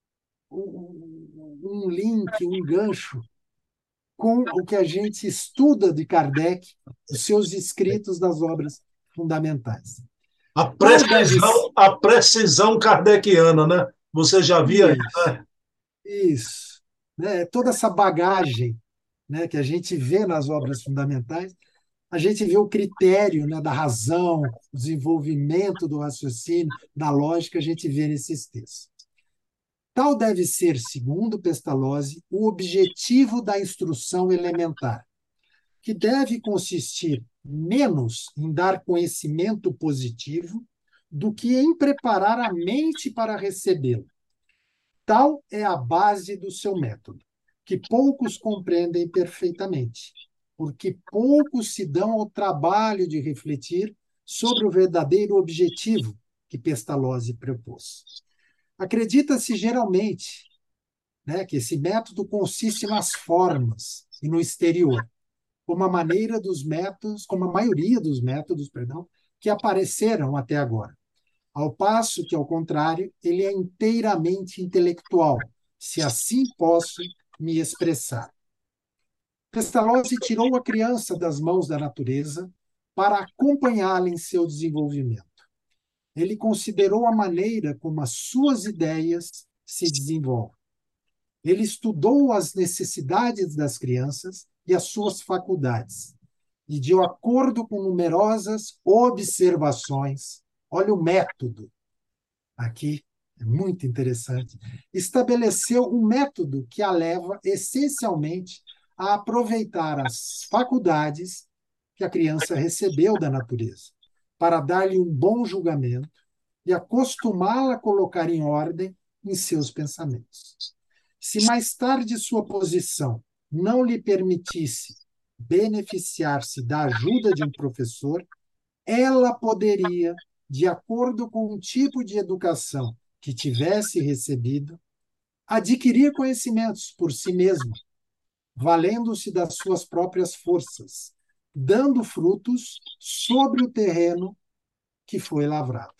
um link, um gancho com o que a gente estuda de Kardec, os seus escritos das obras fundamentais. Tal deve
A precisão kardeciana, né? Você já via,
isso,
né?
isso, né? Toda essa bagagem, né, que a gente vê nas obras fundamentais, a gente vê o critério, né, da razão, o desenvolvimento do raciocínio, da lógica, a gente vê nesses textos. Tal deve ser, segundo Pestalozzi, o objetivo da instrução elementar, que deve consistir menos em dar conhecimento positivo do que em preparar a mente para recebê-lo. Tal é a base do seu método, que poucos compreendem perfeitamente, porque poucos se dão ao trabalho de refletir sobre o verdadeiro objetivo que Pestalozzi propôs. Acredita-se geralmente, né, que esse método consiste nas formas e no exterior, como a maneira dos métodos, como a maioria dos métodos, perdão, que apareceram até agora. Ao passo que, ao contrário, ele é inteiramente intelectual, se assim posso me expressar. Pestalozzi tirou a criança das mãos da natureza para acompanhá-la em seu desenvolvimento. Ele considerou a maneira como as suas ideias se desenvolvem. Ele estudou as necessidades das crianças e as suas faculdades. E, de acordo com numerosas observações, olha o método aqui, é muito interessante, estabeleceu um método que a leva essencialmente a aproveitar as faculdades que a criança recebeu da natureza, para dar-lhe um bom julgamento e acostumá-la a colocar em ordem em seus pensamentos. Se mais tarde sua posição não lhe permitisse beneficiar-se da ajuda de um professor, ela poderia, de acordo com o tipo de educação que tivesse recebido, adquirir conhecimentos por si mesma, valendo-se das suas próprias forças, dando frutos sobre o terreno que foi lavrado.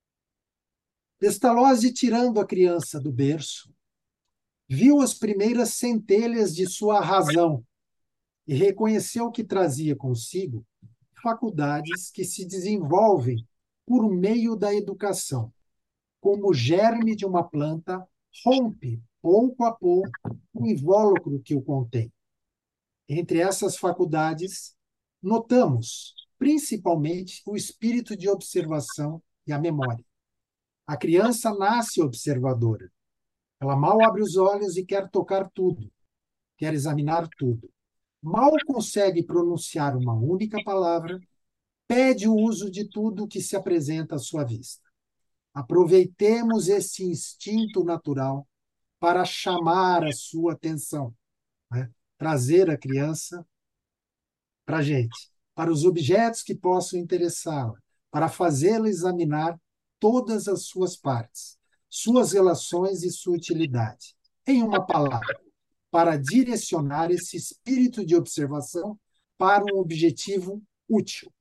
Pestalozzi, tirando a criança do berço, viu as primeiras centelhas de sua razão e reconheceu que trazia consigo faculdades que se desenvolvem por meio da educação, como o germe de uma planta rompe, pouco a pouco, o invólucro que o contém. Entre essas faculdades, notamos, principalmente, o espírito de observação e a memória. A criança nasce observadora. Ela mal abre os olhos e quer tocar tudo, quer examinar tudo. Mal consegue pronunciar uma única palavra, pede o uso de tudo que se apresenta à sua vista. Aproveitemos esse instinto natural para chamar a sua atenção, né? Trazer a criança para a gente, para os objetos que possam interessá-la, para fazê-la examinar todas as suas partes, suas relações e sua utilidade. Em uma palavra, para direcionar esse espírito de observação para um objetivo útil.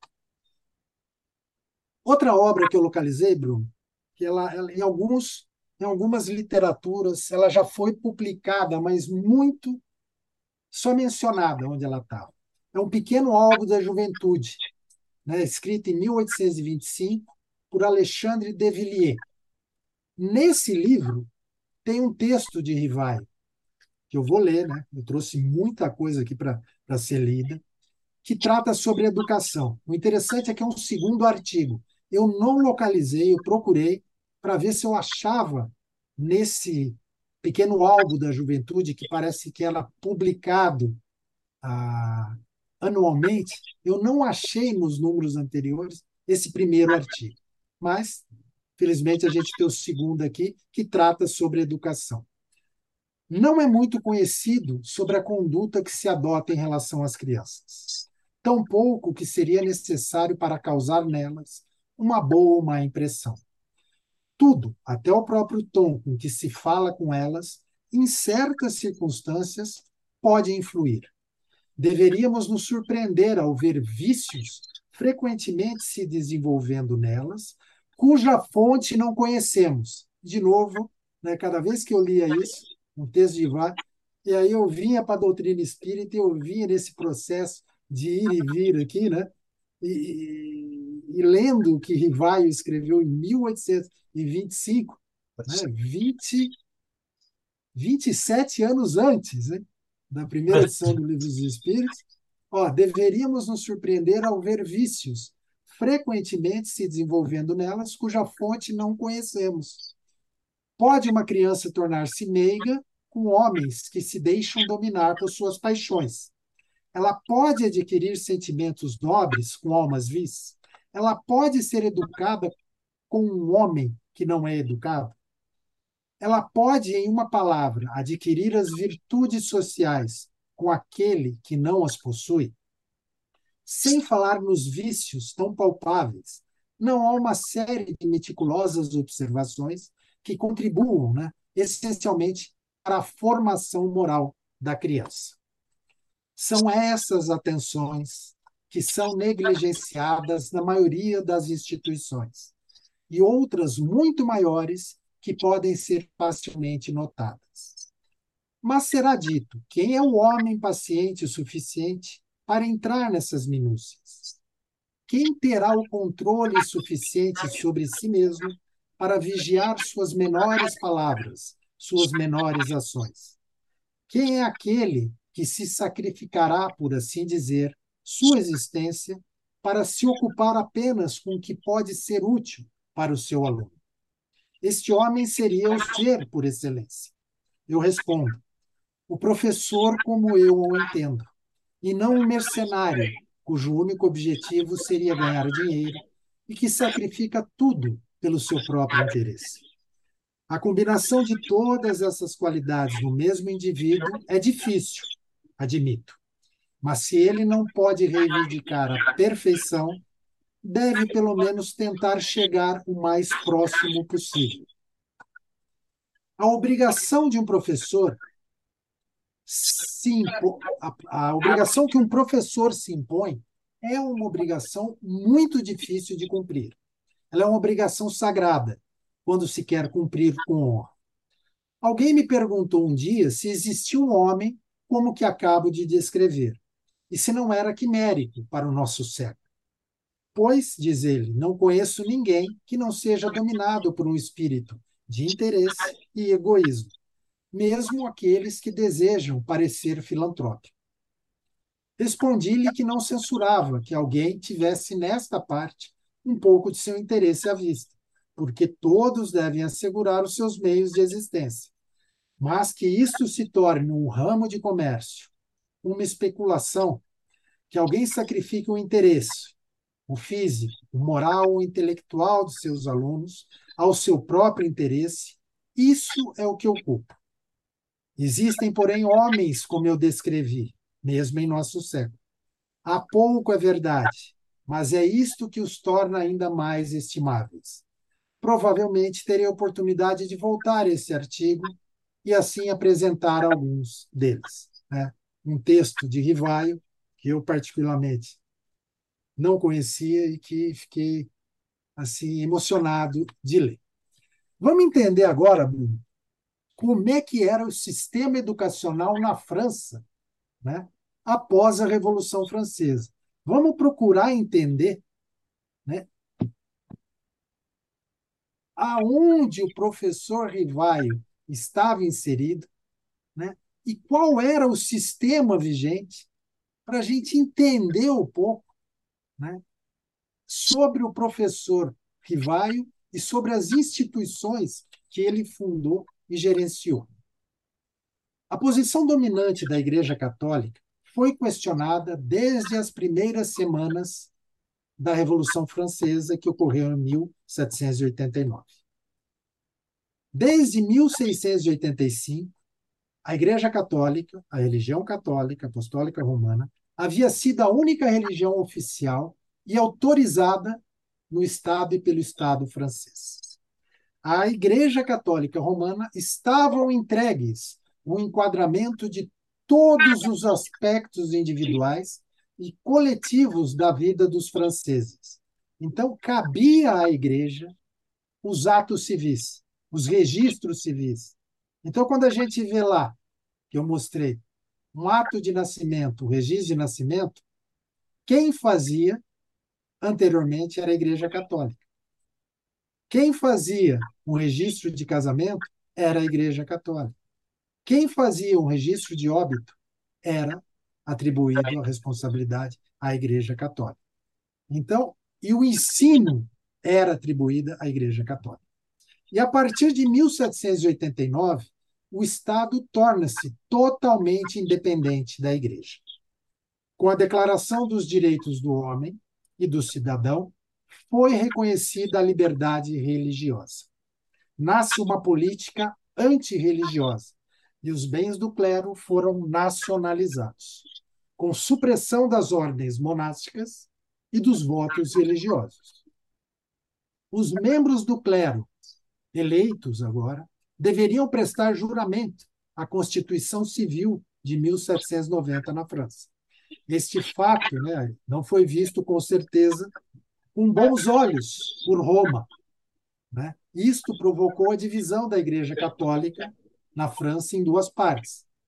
Outra obra que eu localizei, Bruno, que ela em algumas literaturas, ela já foi publicada, mas muito só mencionada onde ela estava. É um pequeno álbum da juventude, né, escrito em 1825 por Alexandre de Villiers. Nesse livro tem um texto de Rivaio, que eu vou ler, né? Eu trouxe muita coisa aqui para ser lida, que trata sobre educação. O interessante é que é um segundo artigo. Eu não localizei, eu procurei para ver se eu achava nesse pequeno álbum da juventude, que parece que era publicado ah, anualmente, eu não achei nos números anteriores esse primeiro artigo. Mas, felizmente, a gente tem o segundo aqui, que trata sobre educação. Não é muito conhecido sobre a conduta que se adota em relação às crianças. Tampouco o que seria necessário para causar nelas uma boa ou má impressão. Tudo, até o próprio tom com que se fala com elas, em certas circunstâncias, pode influir. Deveríamos nos surpreender ao ver vícios frequentemente se desenvolvendo nelas, cuja fonte não conhecemos. De novo, né, cada vez que eu lia isso, um texto de Ivar, e aí eu vinha para a doutrina espírita e eu vinha nesse processo de ir e vir aqui, né? E lendo o que Rivaio escreveu em 1825, né? 27 anos antes, né? Da primeira edição do Livro dos Espíritos, ó, deveríamos nos surpreender ao ver vícios frequentemente se desenvolvendo nelas, cuja fonte não conhecemos. Pode uma criança tornar-se meiga com homens que se deixam dominar por suas paixões. Ela pode adquirir sentimentos nobres com almas vis. Ela pode ser educada com um homem que não é educado. Ela pode, em uma palavra, adquirir as virtudes sociais com aquele que não as possui. Sem falar nos vícios tão palpáveis, não há uma série de meticulosas observações que contribuam, né, essencialmente para a formação moral da criança. São essas atenções que são negligenciadas na maioria das instituições, e outras muito maiores que podem ser facilmente notadas. Mas será dito: quem é o homem paciente o suficiente para entrar nessas minúcias? Quem terá o controle suficiente sobre si mesmo para vigiar suas menores palavras, suas menores ações? Quem é aquele que se sacrificará, por assim dizer, sua existência para se ocupar apenas com o que pode ser útil para o seu aluno? Este homem seria o ser por excelência. Eu respondo: o professor como eu o entendo, e não um mercenário cujo único objetivo seria ganhar dinheiro e que sacrifica tudo pelo seu próprio interesse. A combinação de todas essas qualidades no mesmo indivíduo é difícil, admito, mas se ele não pode reivindicar a perfeição, deve pelo menos tentar chegar o mais próximo possível. A obrigação de um professor a obrigação que um professor se impõe é uma obrigação muito difícil de cumprir. Ela é uma obrigação sagrada, quando se quer cumprir com honra. Alguém me perguntou um dia se existia um homem como o que acabo de descrever, e se não era quimérico para o nosso século. Pois, diz ele, não conheço ninguém que não seja dominado por um espírito de interesse e egoísmo, mesmo aqueles que desejam parecer filantrópicos. Respondi-lhe que não censurava que alguém tivesse nesta parte um pouco de seu interesse à vista, porque todos devem assegurar os seus meios de existência, mas que isto se torne um ramo de comércio, uma especulação, que alguém sacrifique o interesse, o físico, o moral, o intelectual de seus alunos ao seu próprio interesse, isso é o que ocupa. Existem, porém, homens como eu descrevi, mesmo em nosso século. Há pouco é verdade, mas é isto que os torna ainda mais estimáveis. Provavelmente terei a oportunidade de voltar a esse artigo e assim apresentar alguns deles, né? Um texto de Rivaio, que eu particularmente não conhecia e que fiquei assim emocionado de ler. Vamos entender agora, Bruno, como é que era o sistema educacional na França, né, após a Revolução Francesa. Vamos procurar entender, né, aonde o professor Rivaio estava inserido, né, e qual era o sistema vigente, para a gente entender um pouco, né, sobre o professor Rivaio e sobre as instituições que ele fundou e gerenciou. A posição dominante da Igreja Católica foi questionada desde as primeiras semanas da Revolução Francesa, que ocorreu em 1789. Desde 1685, a Igreja Católica, a religião católica apostólica romana, havia sido a única religião oficial e autorizada no Estado e pelo Estado francês. À Igreja Católica Romana estavam entregues o enquadramento de todos os aspectos individuais e coletivos da vida dos franceses. Então, cabia à Igreja os atos civis, os registros civis. Então, quando a gente vê lá, que eu mostrei, um ato de nascimento, o registro de nascimento, quem fazia anteriormente era a Igreja Católica. Quem fazia um registro de casamento era a Igreja Católica. Quem fazia um registro de óbito era atribuído a responsabilidade à Igreja Católica. Então, e o ensino era atribuído à Igreja Católica. E a partir de 1789, o Estado torna-se totalmente independente da Igreja. Com a Declaração dos Direitos do Homem e do Cidadão, foi reconhecida a liberdade religiosa. Nasce uma política antirreligiosa e os bens do clero foram nacionalizados, com supressão das ordens monásticas e dos votos religiosos. Os membros do clero, eleitos agora, deveriam prestar juramento à Constituição Civil de 1790 na França. Este fato, né, não foi visto com certeza com bons olhos por Roma, né? Isto provocou a divisão da Igreja Católica na França em duas partes.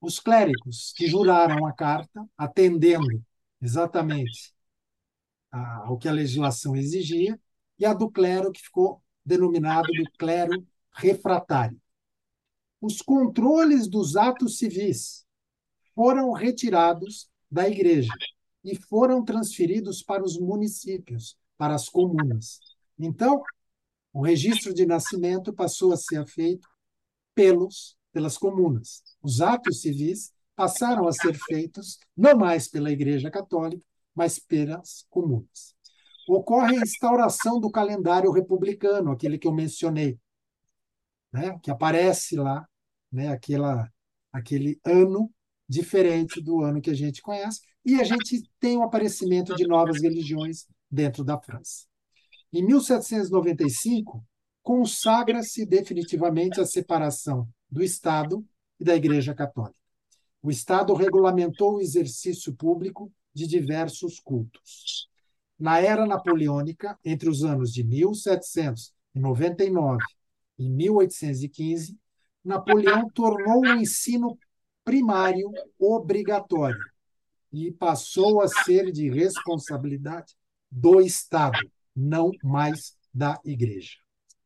os clérigos que juraram a carta, atendendo exatamente ao que a legislação exigia, e a do clero, que ficou denominado do clero refratário. Os controles dos atos civis foram retirados da igreja e foram transferidos para os municípios, para as comunas. Então, o registro de nascimento passou a ser feito pelas comunas. Os atos civis passaram a ser feitos não mais pela Igreja Católica, mas pelas comunas. Ocorre a instauração do calendário republicano, aquele que eu mencionei, né, que aparece lá, né, aquele ano diferente do ano que a gente conhece, e a gente tem o aparecimento de novas religiões dentro da França. Em 1795, consagra-se definitivamente a separação do Estado e da Igreja Católica. O Estado regulamentou o exercício público de diversos cultos. Na era napoleônica, entre os anos de 1799 e 1815, Napoleão tornou o ensino primário obrigatório e passou a ser de responsabilidade do Estado, não mais da Igreja.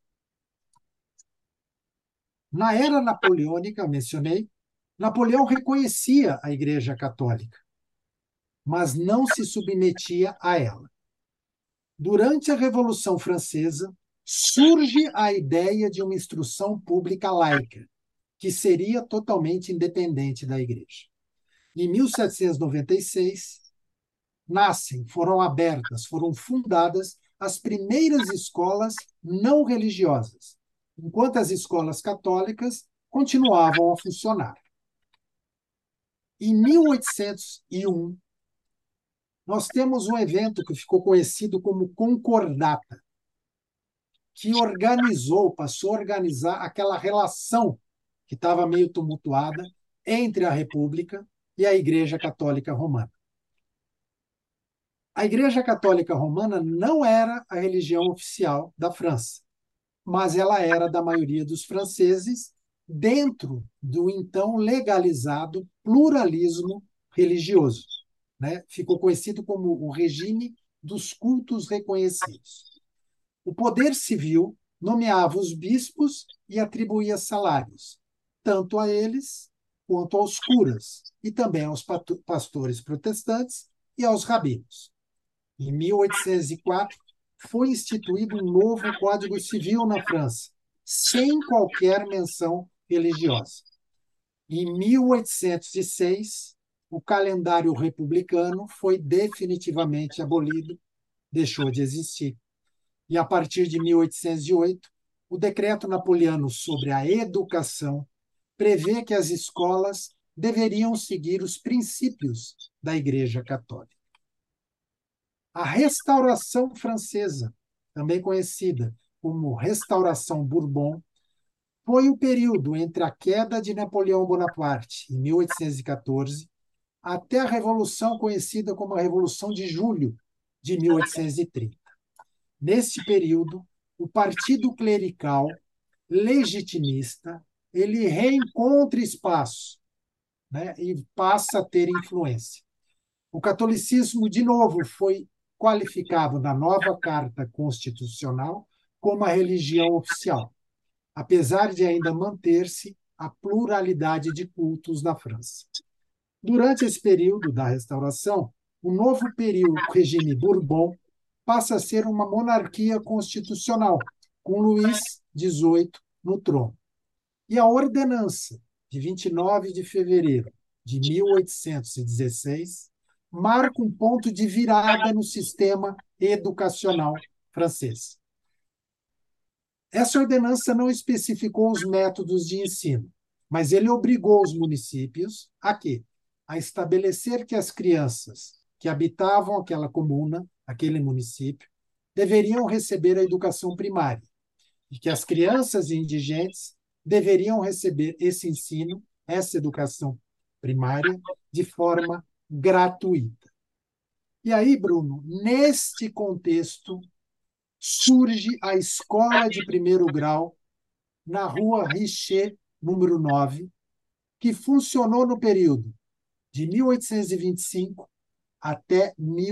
Na era napoleônica, mencionei, Napoleão reconhecia a Igreja Católica, mas não se submetia a ela. Durante a Revolução Francesa, surge a ideia de uma instrução pública laica, que seria totalmente independente da Igreja. Em 1796, foram abertas, foram fundadas as primeiras escolas não religiosas, enquanto as escolas católicas continuavam a funcionar. Em 1801, nós temos um evento que ficou conhecido como Concordata, que passou a organizar aquela relação que estava meio tumultuada entre a República e a Igreja Católica Romana. A Igreja Católica Romana não era a religião oficial da França, mas ela era da maioria dos franceses dentro do então legalizado pluralismo religioso, né? Ficou conhecido como o regime dos cultos reconhecidos. O poder civil nomeava os bispos e atribuía salários, tanto a eles quanto aos curas, e também aos pastores protestantes e aos rabinos. Em 1804, foi instituído um novo Código Civil na França, sem qualquer menção religiosa. Em 1806, o calendário republicano foi definitivamente abolido, deixou de existir. E, a partir de 1808, o decreto napoleano sobre a educação prevê que as escolas deveriam seguir os princípios da Igreja Católica. A Restauração Francesa, também conhecida como Restauração Bourbon, foi o período entre a queda de Napoleão Bonaparte, em 1814, até a Revolução conhecida como a Revolução de Julho, de 1830. Neste período, o partido clerical legitimista ele reencontra espaço, né, e passa a ter influência. O catolicismo, de novo, foi qualificado na nova Carta Constitucional como a religião oficial, apesar de ainda manter-se a pluralidade de cultos na França. Durante esse período da Restauração, o novo regime Bourbon passa a ser uma monarquia constitucional, com Luís XVIII no trono. E a ordenança de 29 de fevereiro de 1816 marca um ponto de virada no sistema educacional francês. Essa ordenança não especificou os métodos de ensino, mas ele obrigou os municípios a quê? A estabelecer que as crianças que habitavam aquela comuna, aquele município, deveriam receber a educação primária e que as crianças indigentes deveriam receber esse ensino, essa educação primária, de forma gratuita. E aí, Bruno, neste contexto, surge a escola de primeiro grau na rua Richer, número 9, que funcionou no período de 1825 até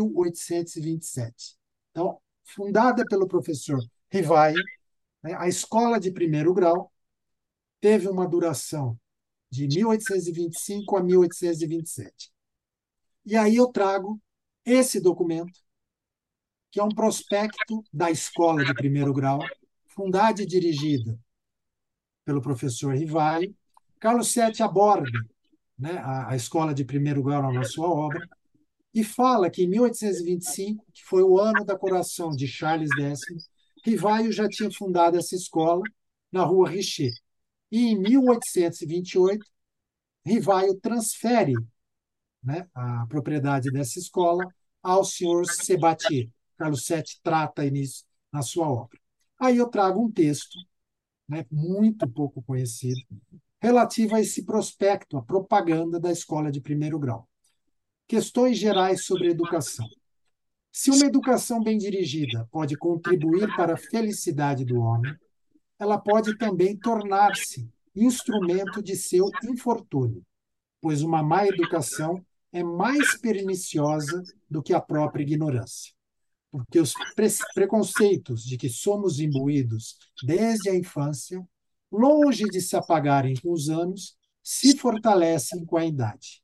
1827. Então, fundada pelo professor Rivaio, né, a escola de primeiro grau teve uma duração de 1825 a 1827. E aí eu trago esse documento, que é um prospecto da escola de primeiro grau, fundada e dirigida pelo professor Rivaio. Carlos Sete aborda, né, a escola de primeiro grau na sua obra e fala que em 1825, que foi o ano da coroação de Charles X, Rivaio já tinha fundado essa escola na rua Richer. E em 1828, Rivaio transfere, né, a propriedade dessa escola ao senhor Sabatier. Carlos Sete trata nisso na sua obra. Aí eu trago um texto, né, muito pouco conhecido, relativo a esse prospecto, a propaganda da escola de primeiro grau. Questões gerais sobre a educação. Se uma educação bem dirigida pode contribuir para a felicidade do homem, ela pode também tornar-se instrumento de seu infortúnio, pois uma má educação é mais perniciosa do que a própria ignorância, porque os preconceitos de que somos imbuídos desde a infância, longe de se apagarem com os anos, se fortalecem com a idade.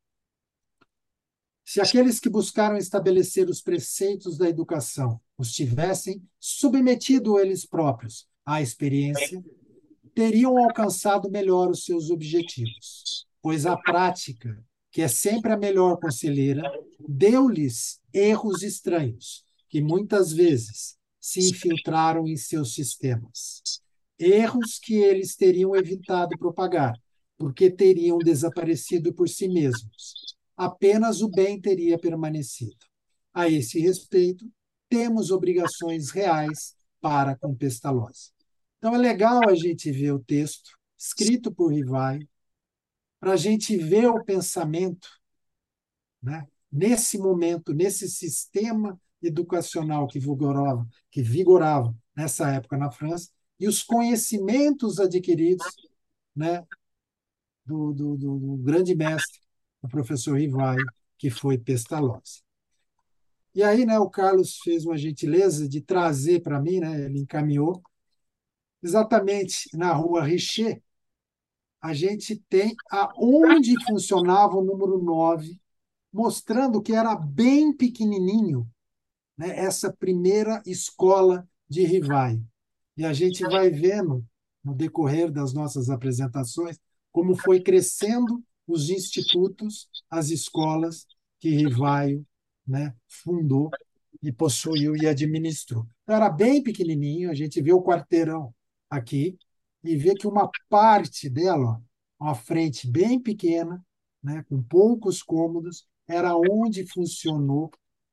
Se aqueles que buscaram estabelecer os preceitos da educação os tivessem submetido eles próprios à experiência, teriam alcançado melhor os seus objetivos, pois a prática, que é sempre a melhor conselheira, deu-lhes erros estranhos, que muitas vezes se infiltraram em seus sistemas. Erros que eles teriam evitado propagar, porque teriam desaparecido por si mesmos. Apenas o bem teria permanecido. A esse respeito, temos obrigações reais para com Pestalozzi. Então, é legal a gente ver o texto escrito por Rivaio, para a gente ver o pensamento, né, nesse momento, nesse sistema educacional que vigorava nessa época na França, e os conhecimentos adquiridos, né, do grande mestre, o professor Rivaio, que foi Pestalozzi. E aí, né, o Carlos fez uma gentileza de trazer para mim, né, ele encaminhou, exatamente na rua Richer, a gente tem aonde funcionava o número 9, mostrando que era bem pequenininho, né, essa primeira escola de Rivaio. E a gente vai vendo, no decorrer das nossas apresentações, como foi crescendo os institutos, as escolas que Rivaio, né, fundou e possuiu e administrou. Então, era bem pequenininho, a gente vê o quarteirão aqui e vê que uma parte dela, ó, uma frente bem pequena, né, com poucos cômodos, era onde funcionou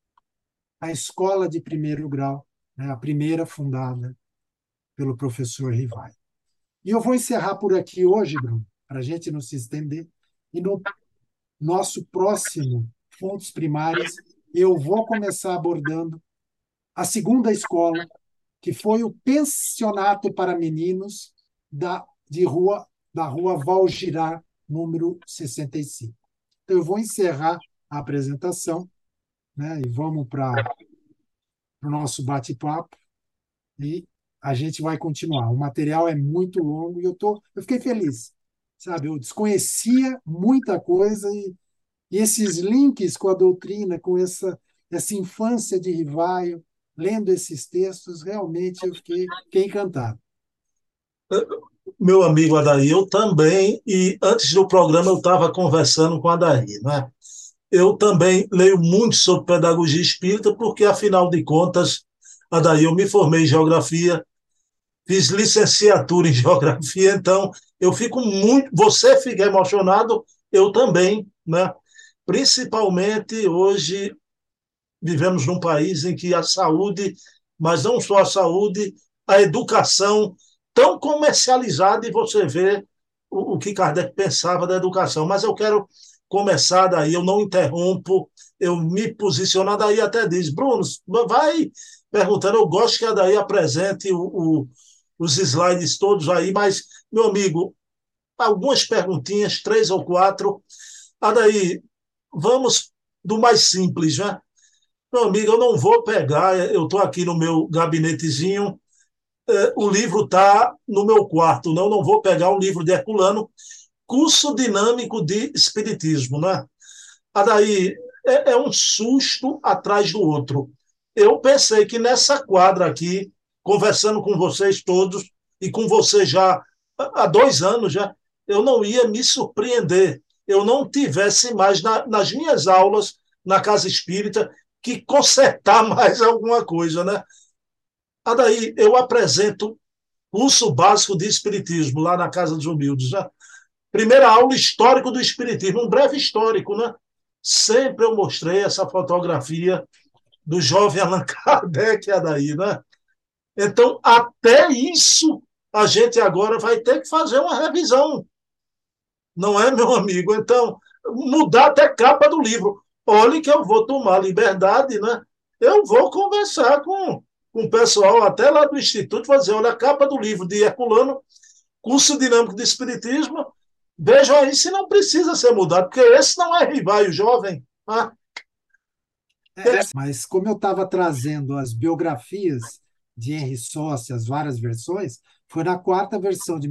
a escola de primeiro grau, né, a primeira fundada pelo professor Rivaio. E eu vou encerrar por aqui hoje, Bruno, para a gente não se estender. E no nosso próximo Fontes Primárias, eu vou começar abordando a segunda escola, que foi o pensionato para meninos da rua Valgirard, número 65. Então, eu vou encerrar a apresentação, né, e vamos para o nosso bate-papo e a gente vai continuar. O material é muito longo e eu fiquei feliz, sabe? Eu desconhecia muita coisa e esses links com a doutrina, com essa infância de Rivaio, lendo esses textos, realmente eu fiquei encantado.
Meu amigo Adair, eu também, e antes do programa eu estava conversando com a Adair, né? Eu também leio muito sobre pedagogia espírita, porque, afinal de contas, Adair, eu me formei em geografia, fiz licenciatura em geografia, então eu fico muito. Você fica emocionado, eu também, né? Principalmente hoje vivemos num país em que a saúde, mas não só a saúde, a educação tão comercializada, e você vê o que Kardec pensava da educação. Mas eu quero começar daí, eu não interrompo, eu me posiciono, daí até diz, Bruno, vai perguntando, eu gosto que a daí apresente os slides todos aí, mas, meu amigo, algumas perguntinhas, três ou quatro. Daí, vamos do mais simples, né? Meu amigo, eu não vou pegar, eu estou aqui no meu gabinetezinho, o livro está no meu quarto, não vou pegar um livro de Herculano, curso dinâmico de espiritismo, né? Daí é um susto atrás do outro. Eu pensei que nessa quadra aqui, conversando com vocês todos, e com você já há 2 anos já, eu não ia me surpreender. Eu não tivesse mais nas minhas aulas, na casa espírita, que consertar mais alguma coisa, né? Daí eu apresento curso básico de espiritismo lá na Casa dos Humildes, né? Primeira aula histórico do espiritismo, um breve histórico, né? Sempre eu mostrei essa fotografia do jovem Allan Kardec, daí, né? Então, até isso a gente agora vai ter que fazer uma revisão, não é, meu amigo? Então, mudar até capa do livro. Olhe que eu vou tomar liberdade, né? Eu vou conversar com o pessoal até lá do Instituto, vou dizer, olha, a capa do livro de Herculano, curso dinâmico de Espiritismo, vejam aí se não precisa ser mudado, porque esse não é rival jovem. Ah,
Mas como eu estava trazendo as biografias de Henry Sócia, as várias versões, foi na quarta versão de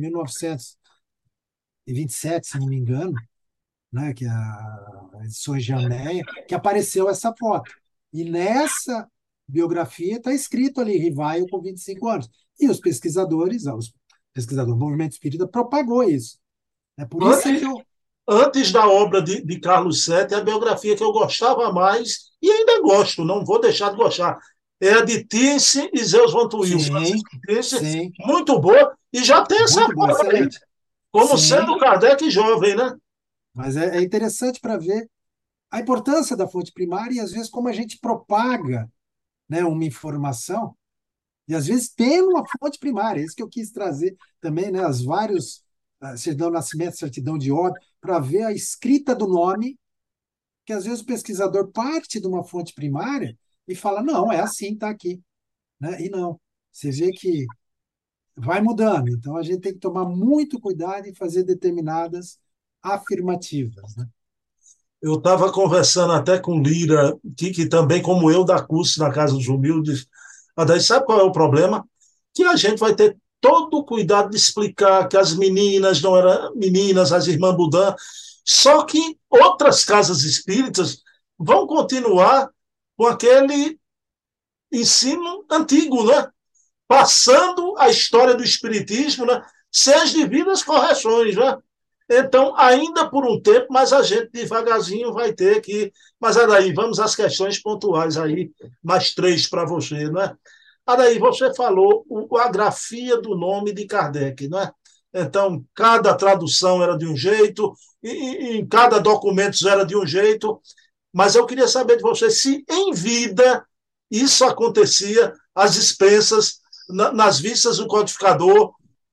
1927, se não me engano, né, que é a edição Janeia, que apareceu essa foto. E nessa biografia está escrito ali, Rivaio com 25 anos. E os pesquisadores do movimento espírita propagou isso. É por isso é que
antes,
eu.
antes da obra de Carlos Sete, a biografia que eu gostava mais, e ainda gosto, não vou deixar de gostar, é a de Tince e Zeus Van Tuyl,
Sim,
Francisco Tince,
sim,
muito boa, e já tem essa
muito boa,
foto aí,
excelente.
como
Sim,
sendo Kardec jovem, né?
mas é interessante para ver a importância da fonte primária e, às vezes, como a gente propaga, né, uma informação, e às vezes tem uma fonte primária, é isso que eu quis trazer também, né, as vários certidão de nascimento, certidão de óbito, para ver a escrita do nome, que às vezes o pesquisador parte de uma fonte primária e fala, não, é assim, está aqui. Né? E não, você vê que vai mudando, então a gente tem que tomar muito cuidado em fazer determinadas afirmativas. Né?
Eu estava conversando até com Lira, que também, como eu, dá curso na Casa dos Humildes. Daí, sabe qual é o problema? Que a gente vai ter todo o cuidado de explicar que as meninas não eram meninas, as irmãs Budan, só que outras casas espíritas vão continuar com aquele ensino antigo, né? Passando a história do espiritismo, né? Sem as devidas correções, né? Então, ainda por um tempo, mas a gente devagarzinho vai ter que. Mas daí, vamos às questões pontuais aí, mais três para você, né? Daí, você falou a grafia do nome de Kardec, né? Então, cada tradução era de um jeito, e em cada documento era de um jeito, mas eu queria saber de você se em vida isso acontecia às expensas, nas vistas do codificador,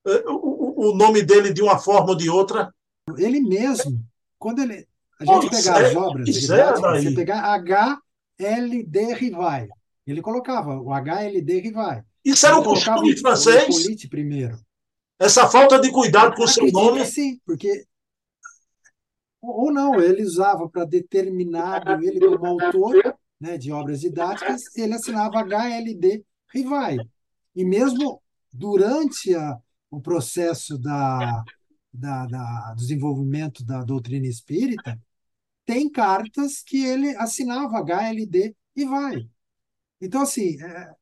o nome dele de uma forma ou de outra.
Ele mesmo, quando ele, a gente
Pois
pegar as
é,
obras
pois é,
didáticas, você
daí.
pegar HLD Rivai, ele colocava o HLD Rivai.
Isso era
Ele
um
colocava
costume
o
francês?
Hippolyte primeiro.
Essa falta de cuidado com o seu
Acredito que
nome?
sim, porque ou não, ele usava para determinado, ele como autor, né, de obras didáticas, ele assinava HLD Rivai. E mesmo durante o processo do desenvolvimento da doutrina espírita, tem cartas que ele assinava HLD e vai. Então, assim,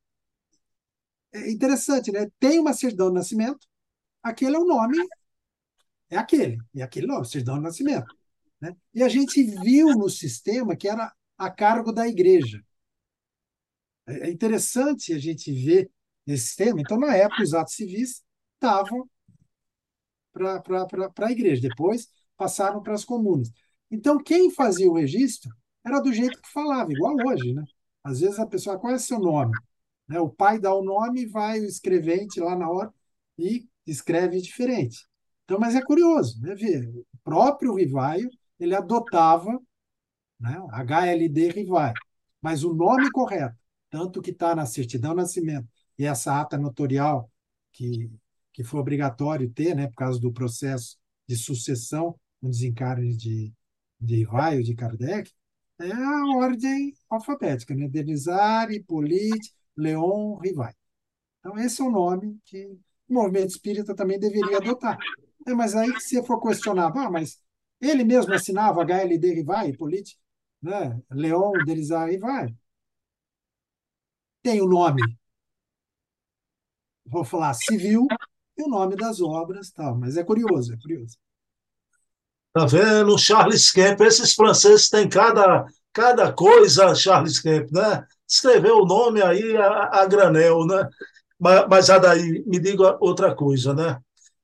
é interessante, né? Tem uma certidão de nascimento, aquele é o nome, é aquele nome, certidão de nascimento. Né? E a gente viu no sistema que era a cargo da igreja. É interessante a gente ver esse sistema. Então, na época, os atos civis estavam para a igreja, depois passaram para as comunas. Então, quem fazia o registro era do jeito que falava, igual hoje. Né? Às vezes a pessoa, qual é seu nome? Né? O pai dá o nome, vai o escrevente lá na hora e escreve diferente. Então, mas é curioso, né? Ver, o próprio Rivaio, ele adotava, né? HLD Rivai. Mas o nome correto, tanto que está na certidão de nascimento e essa ata notorial que, que foi obrigatório ter, né, por causa do processo de sucessão, um desencarne de Rivaio, de Kardec, é a ordem alfabética, né? Denizar, Hippolyte, Leon, Rivaio. Então, esse é o nome que o movimento espírita também deveria adotar. Mas aí, se for questionar, mas ele mesmo assinava HLD Rivaio, Hippolyte, né? Leon, Denizar, Rivaio. Tem o nome, vou falar civil, e o nome das obras, tal. Mas é curioso, é curioso.
Tá vendo? Charles Kemp, esses franceses têm cada coisa, Charles Kemp, né? Escreveu o nome aí a granel, né? Mas Adair, me diga outra coisa, né?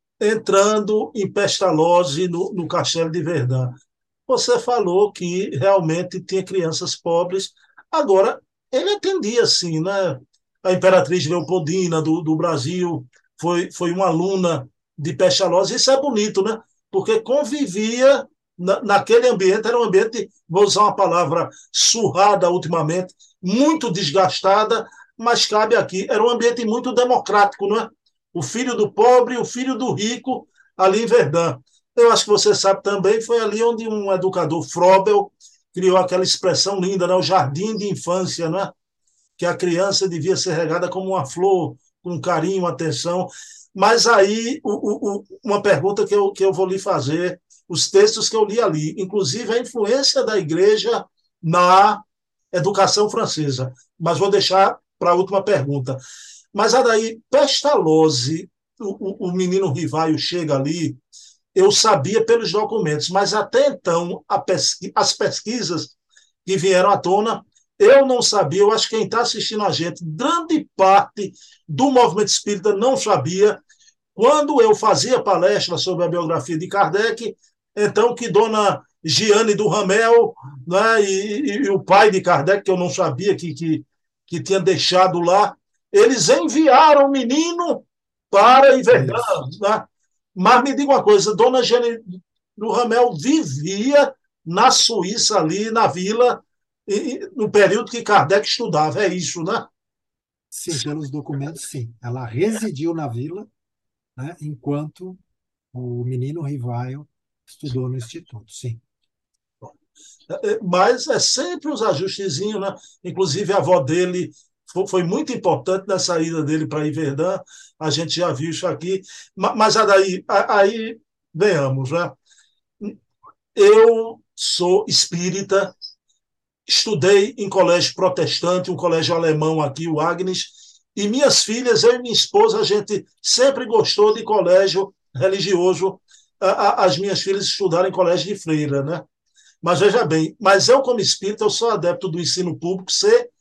Entrando em Pestalozzi, no Castelo de Verdun. Você falou que realmente tinha crianças pobres. Agora, ele atendia, assim, né? A Imperatriz Leopoldina do Brasil foi uma aluna de Pestalozzi. Isso é bonito, né? Porque convivia naquele ambiente, era um ambiente, vou usar uma palavra surrada ultimamente, muito desgastada, mas cabe aqui, era um ambiente muito democrático, não é? O filho do pobre, o filho do rico, ali em Verdun. Eu acho que você sabe também, foi ali onde um educador, Frobel, criou aquela expressão linda, né? O jardim de infância, né? Que a criança devia ser regada como uma flor, com carinho, atenção. Mas aí, uma pergunta que eu vou lhe fazer, os textos que eu li ali, inclusive a influência da igreja na educação francesa. Mas vou deixar para a última pergunta. Mas, Adair, Pestalozzi, o menino Rivaio chega ali, eu sabia pelos documentos, mas até então as pesquisas que vieram à tona, eu não sabia, eu acho que quem está assistindo a gente, grande parte do movimento espírita não sabia. Quando eu fazia palestra sobre a biografia de Kardec, então que dona Giane do Ramel, né, e o pai de Kardec, que eu não sabia que tinha deixado lá, eles enviaram o menino para Iverdun,
Isso.
né? Mas me diga uma coisa, dona Giane do Ramel vivia na Suíça, ali na vila, no período que Kardec estudava, é isso, né?
Sim, pelos documentos, sim. Ela residiu na vila, né, enquanto o menino Rivaio estudou no instituto, sim.
Mas é sempre os ajustezinhos, né? Inclusive a avó dele foi muito importante na saída dele para Iverdun, a gente já viu isso aqui. Mas aí venhamos, né? Eu sou espírita, estudei em colégio protestante, um colégio alemão aqui, o Agnes, e minhas filhas, eu e minha esposa, a gente sempre gostou de colégio religioso. As minhas filhas estudaram em colégio de freira, né? Mas veja bem, mas eu, como espírita, eu sou adepto do ensino público ser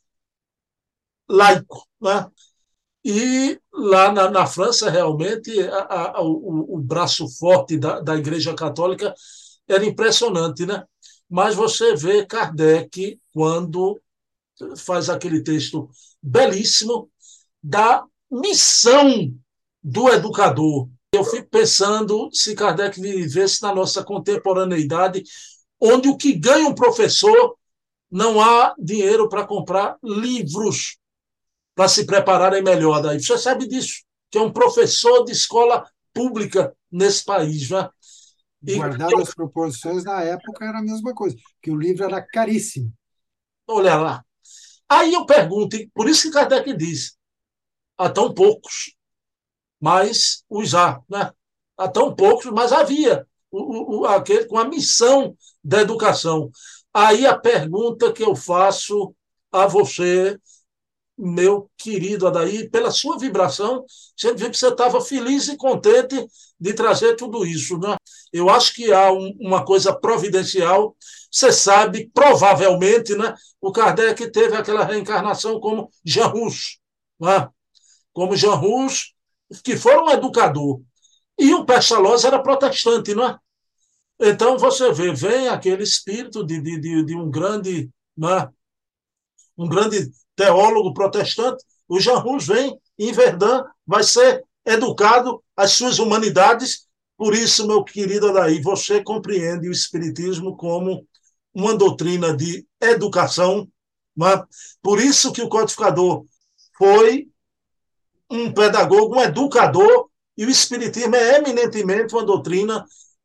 laico, né? E lá na França, realmente, o braço forte da Igreja Católica era impressionante, né? Mas você vê Kardec, quando faz aquele texto belíssimo da missão do educador. Eu fico pensando se Kardec vivesse na nossa contemporaneidade, onde o que ganha um professor não há dinheiro para comprar livros para se prepararem melhor. Daí você sabe disso, que é um professor de escola pública nesse país, né? E
Guardado as proporções, na época era a mesma coisa, que o livro era caríssimo.
olha lá. Aí eu pergunto, e por isso que Kardec diz, há tão poucos, mas os há, né? Há tão poucos, mas havia aquele com a missão da educação. Aí a pergunta que eu faço a você, meu querido Adair, pela sua vibração, a gente viu que você estava feliz e contente de trazer tudo isso, né? Eu acho que há uma coisa providencial. Você sabe, provavelmente, né? O Kardec teve aquela reencarnação como Jean Rus, né? Como Jean Rus, que foi um educador. E o Pestalozzi era protestante, não é? Então você vê, vem aquele espírito de um grande, né? Um grande teólogo protestante, o Jean Rus vem em Verdun, vai ser educado às suas humanidades. Por isso, meu querido Adair, você compreende o Espiritismo como uma doutrina de educação. Né? Por isso que o codificador foi um pedagogo, um educador, e o Espiritismo é eminentemente uma doutrina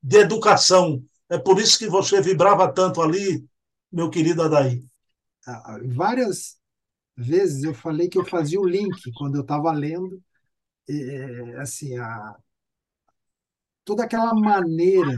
de educação. É por isso que você vibrava tanto ali, meu querido Adair.
Várias vezes eu falei que eu fazia o link quando eu estava lendo, assim, toda aquela maneira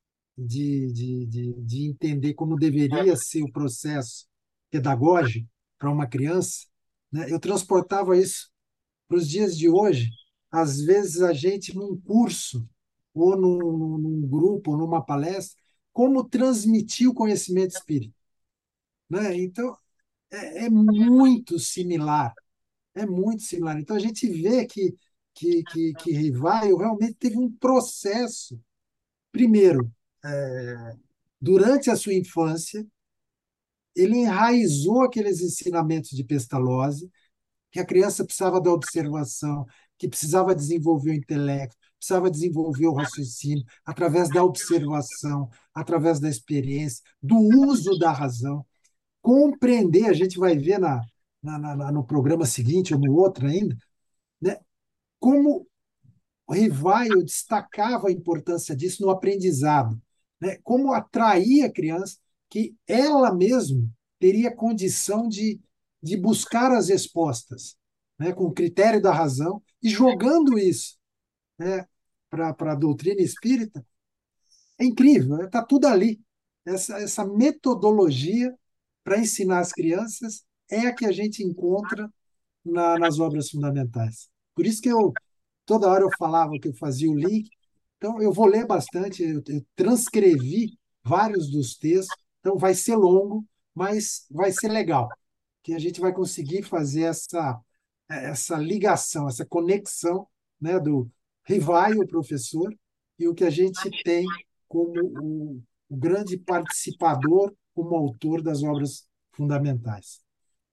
de entender como deveria ser o processo pedagógico para uma criança, né? Eu transportava isso para os dias de hoje. Às vezes a gente, num curso, ou num grupo, ou numa palestra, como transmitir o conhecimento espírita, né? Então, é muito similar, é muito similar. Então, a gente vê que Rivaio realmente teve um processo, primeiro, durante a sua infância, ele enraizou aqueles ensinamentos de Pestalozzi, que a criança precisava da observação, que precisava desenvolver o intelecto, precisava desenvolver o raciocínio através da observação, através da experiência, do uso da razão, compreender, a gente vai ver no programa seguinte ou no outro ainda, né, como o Rivaio destacava a importância disso no aprendizado, né? Como atrair a criança que ela mesma teria condição de buscar as respostas, né? Com o critério da razão e jogando isso, né? Para a doutrina espírita, é incrível, está tudo ali. Essa metodologia para ensinar as crianças é a que a gente encontra nas obras fundamentais. Por isso que toda hora eu falava que eu fazia o link. Então, eu vou ler bastante, eu transcrevi vários dos textos, então vai ser longo, mas vai ser legal, que a gente vai conseguir fazer essa ligação, essa conexão, né, do Rivaio, o professor, e o que a gente tem como o grande participador, como autor das obras fundamentais.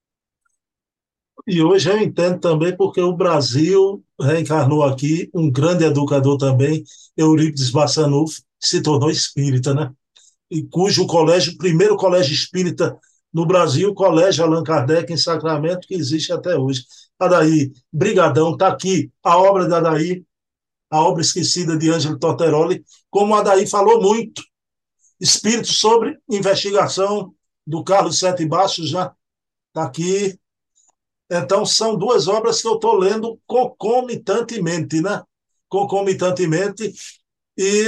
E hoje eu entendo também porque o Brasil reencarnou aqui um grande educador também, Eurípides Barçanufo, que se tornou espírita, né? E cujo colégio, primeiro colégio espírita no Brasil, o Colégio Allan Kardec, em Sacramento, que existe até hoje. Adaí, brigadão, está aqui a obra da Adaí, a obra esquecida de Ângelo Torteroli, como a Adaí falou muito, Espírito sobre Investigação, do Carlos Sete Baixos, já está aqui. Então, são duas obras que eu estou lendo concomitantemente, né? Concomitantemente, e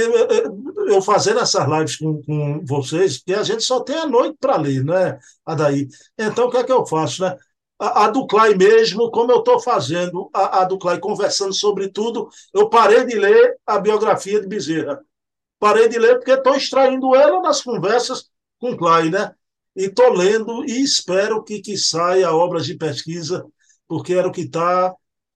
eu fazendo essas lives com vocês, que a gente só tem a noite para ler, né, Adaí? Então, o que é que eu faço, né? A do Clay mesmo, como eu estou fazendo a do Clay, conversando sobre tudo, eu parei de ler a biografia de Bezerra. Parei de ler porque estou extraindo ela nas conversas com o Clay, né? E estou lendo e espero que saia obras de pesquisa, porque era o que está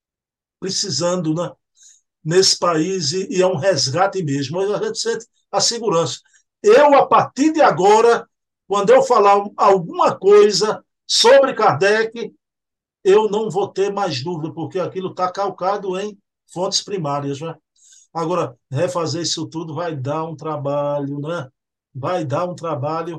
precisando, né? Nesse país e é um resgate mesmo. A gente sente a segurança. Eu, a partir de agora, quando eu falar alguma coisa sobre Kardec, eu não vou ter mais dúvida, porque aquilo está calcado em fontes primárias. Né? Agora, refazer isso tudo vai dar um trabalho, né? Vai dar um trabalho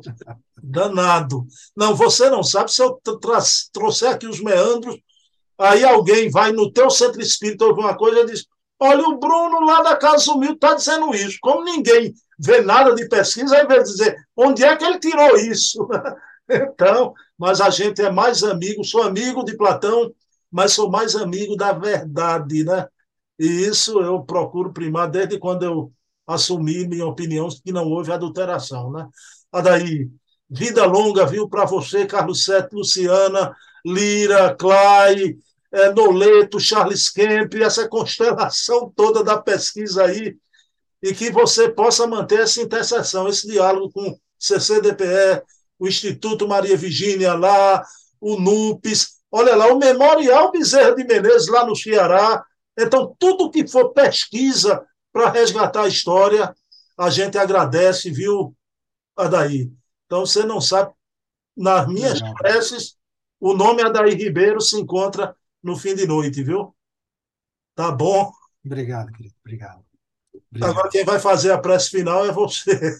danado. Não, você não sabe se eu trouxer aqui os meandros. Aí alguém vai no teu centro espírita ouvir uma coisa e diz: olha, o Bruno lá da Casa Humilde está dizendo isso. Como ninguém vê nada de pesquisa, aí vai dizer onde é que ele tirou isso. Então, mas a gente é mais amigo, sou amigo de Platão, mas sou mais amigo da verdade, né? E isso eu procuro primar desde quando eu assumi minha opinião que não houve adulteração, né? Daí, vida longa, viu, para você, Carlos Sete, Luciana, Lira, Clay, Noleto, Charles Kemp, essa constelação toda da pesquisa aí, e que você possa manter essa interseção, esse diálogo com o CCDPE, o Instituto Maria Virgínia lá, o NUPES, olha lá, o Memorial Bezerra de Menezes lá no Ceará. Então, tudo que for pesquisa para resgatar a história, a gente agradece, viu, Adaí? Então, você não sabe, nas minhas
Legal, Bruno.
preces, o nome Adaí Ribeiro se encontra no fim de noite, viu? Tá bom?
Obrigado, querido. Obrigado.
Agora
Obrigado.
quem vai fazer a prece final é você.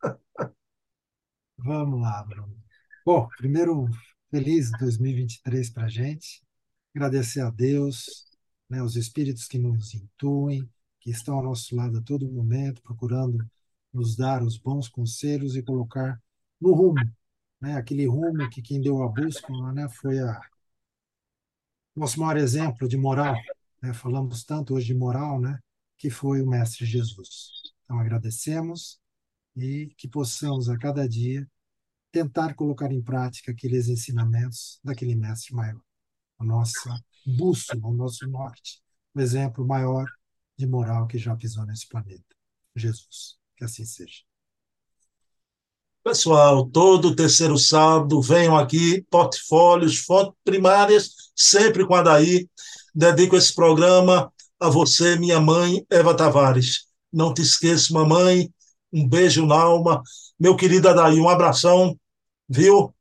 Vamos lá, Bruno. Bom, primeiro, feliz 2023 para a gente. Agradecer a Deus, né, os espíritos que nos intuem, que estão ao nosso lado a todo momento, procurando nos dar os bons conselhos e colocar no rumo, né? Aquele rumo que quem deu a bússola, né, foi nosso maior exemplo de moral, né? Falamos tanto hoje de moral, né, que foi o Mestre Jesus. Então agradecemos e que possamos a cada dia tentar colocar em prática aqueles ensinamentos daquele mestre maior, a nossa bússola, o nosso norte, o exemplo maior de moral que já pisou nesse planeta, Jesus. Que assim seja.
Pessoal, todo terceiro sábado, venham aqui, portfólios, fontes primárias, sempre com a Daí. Dedico esse programa a você, minha mãe, Eva Tavares. Não te esqueça, mamãe, um beijo na alma. Meu querido Adair, um abração, viu?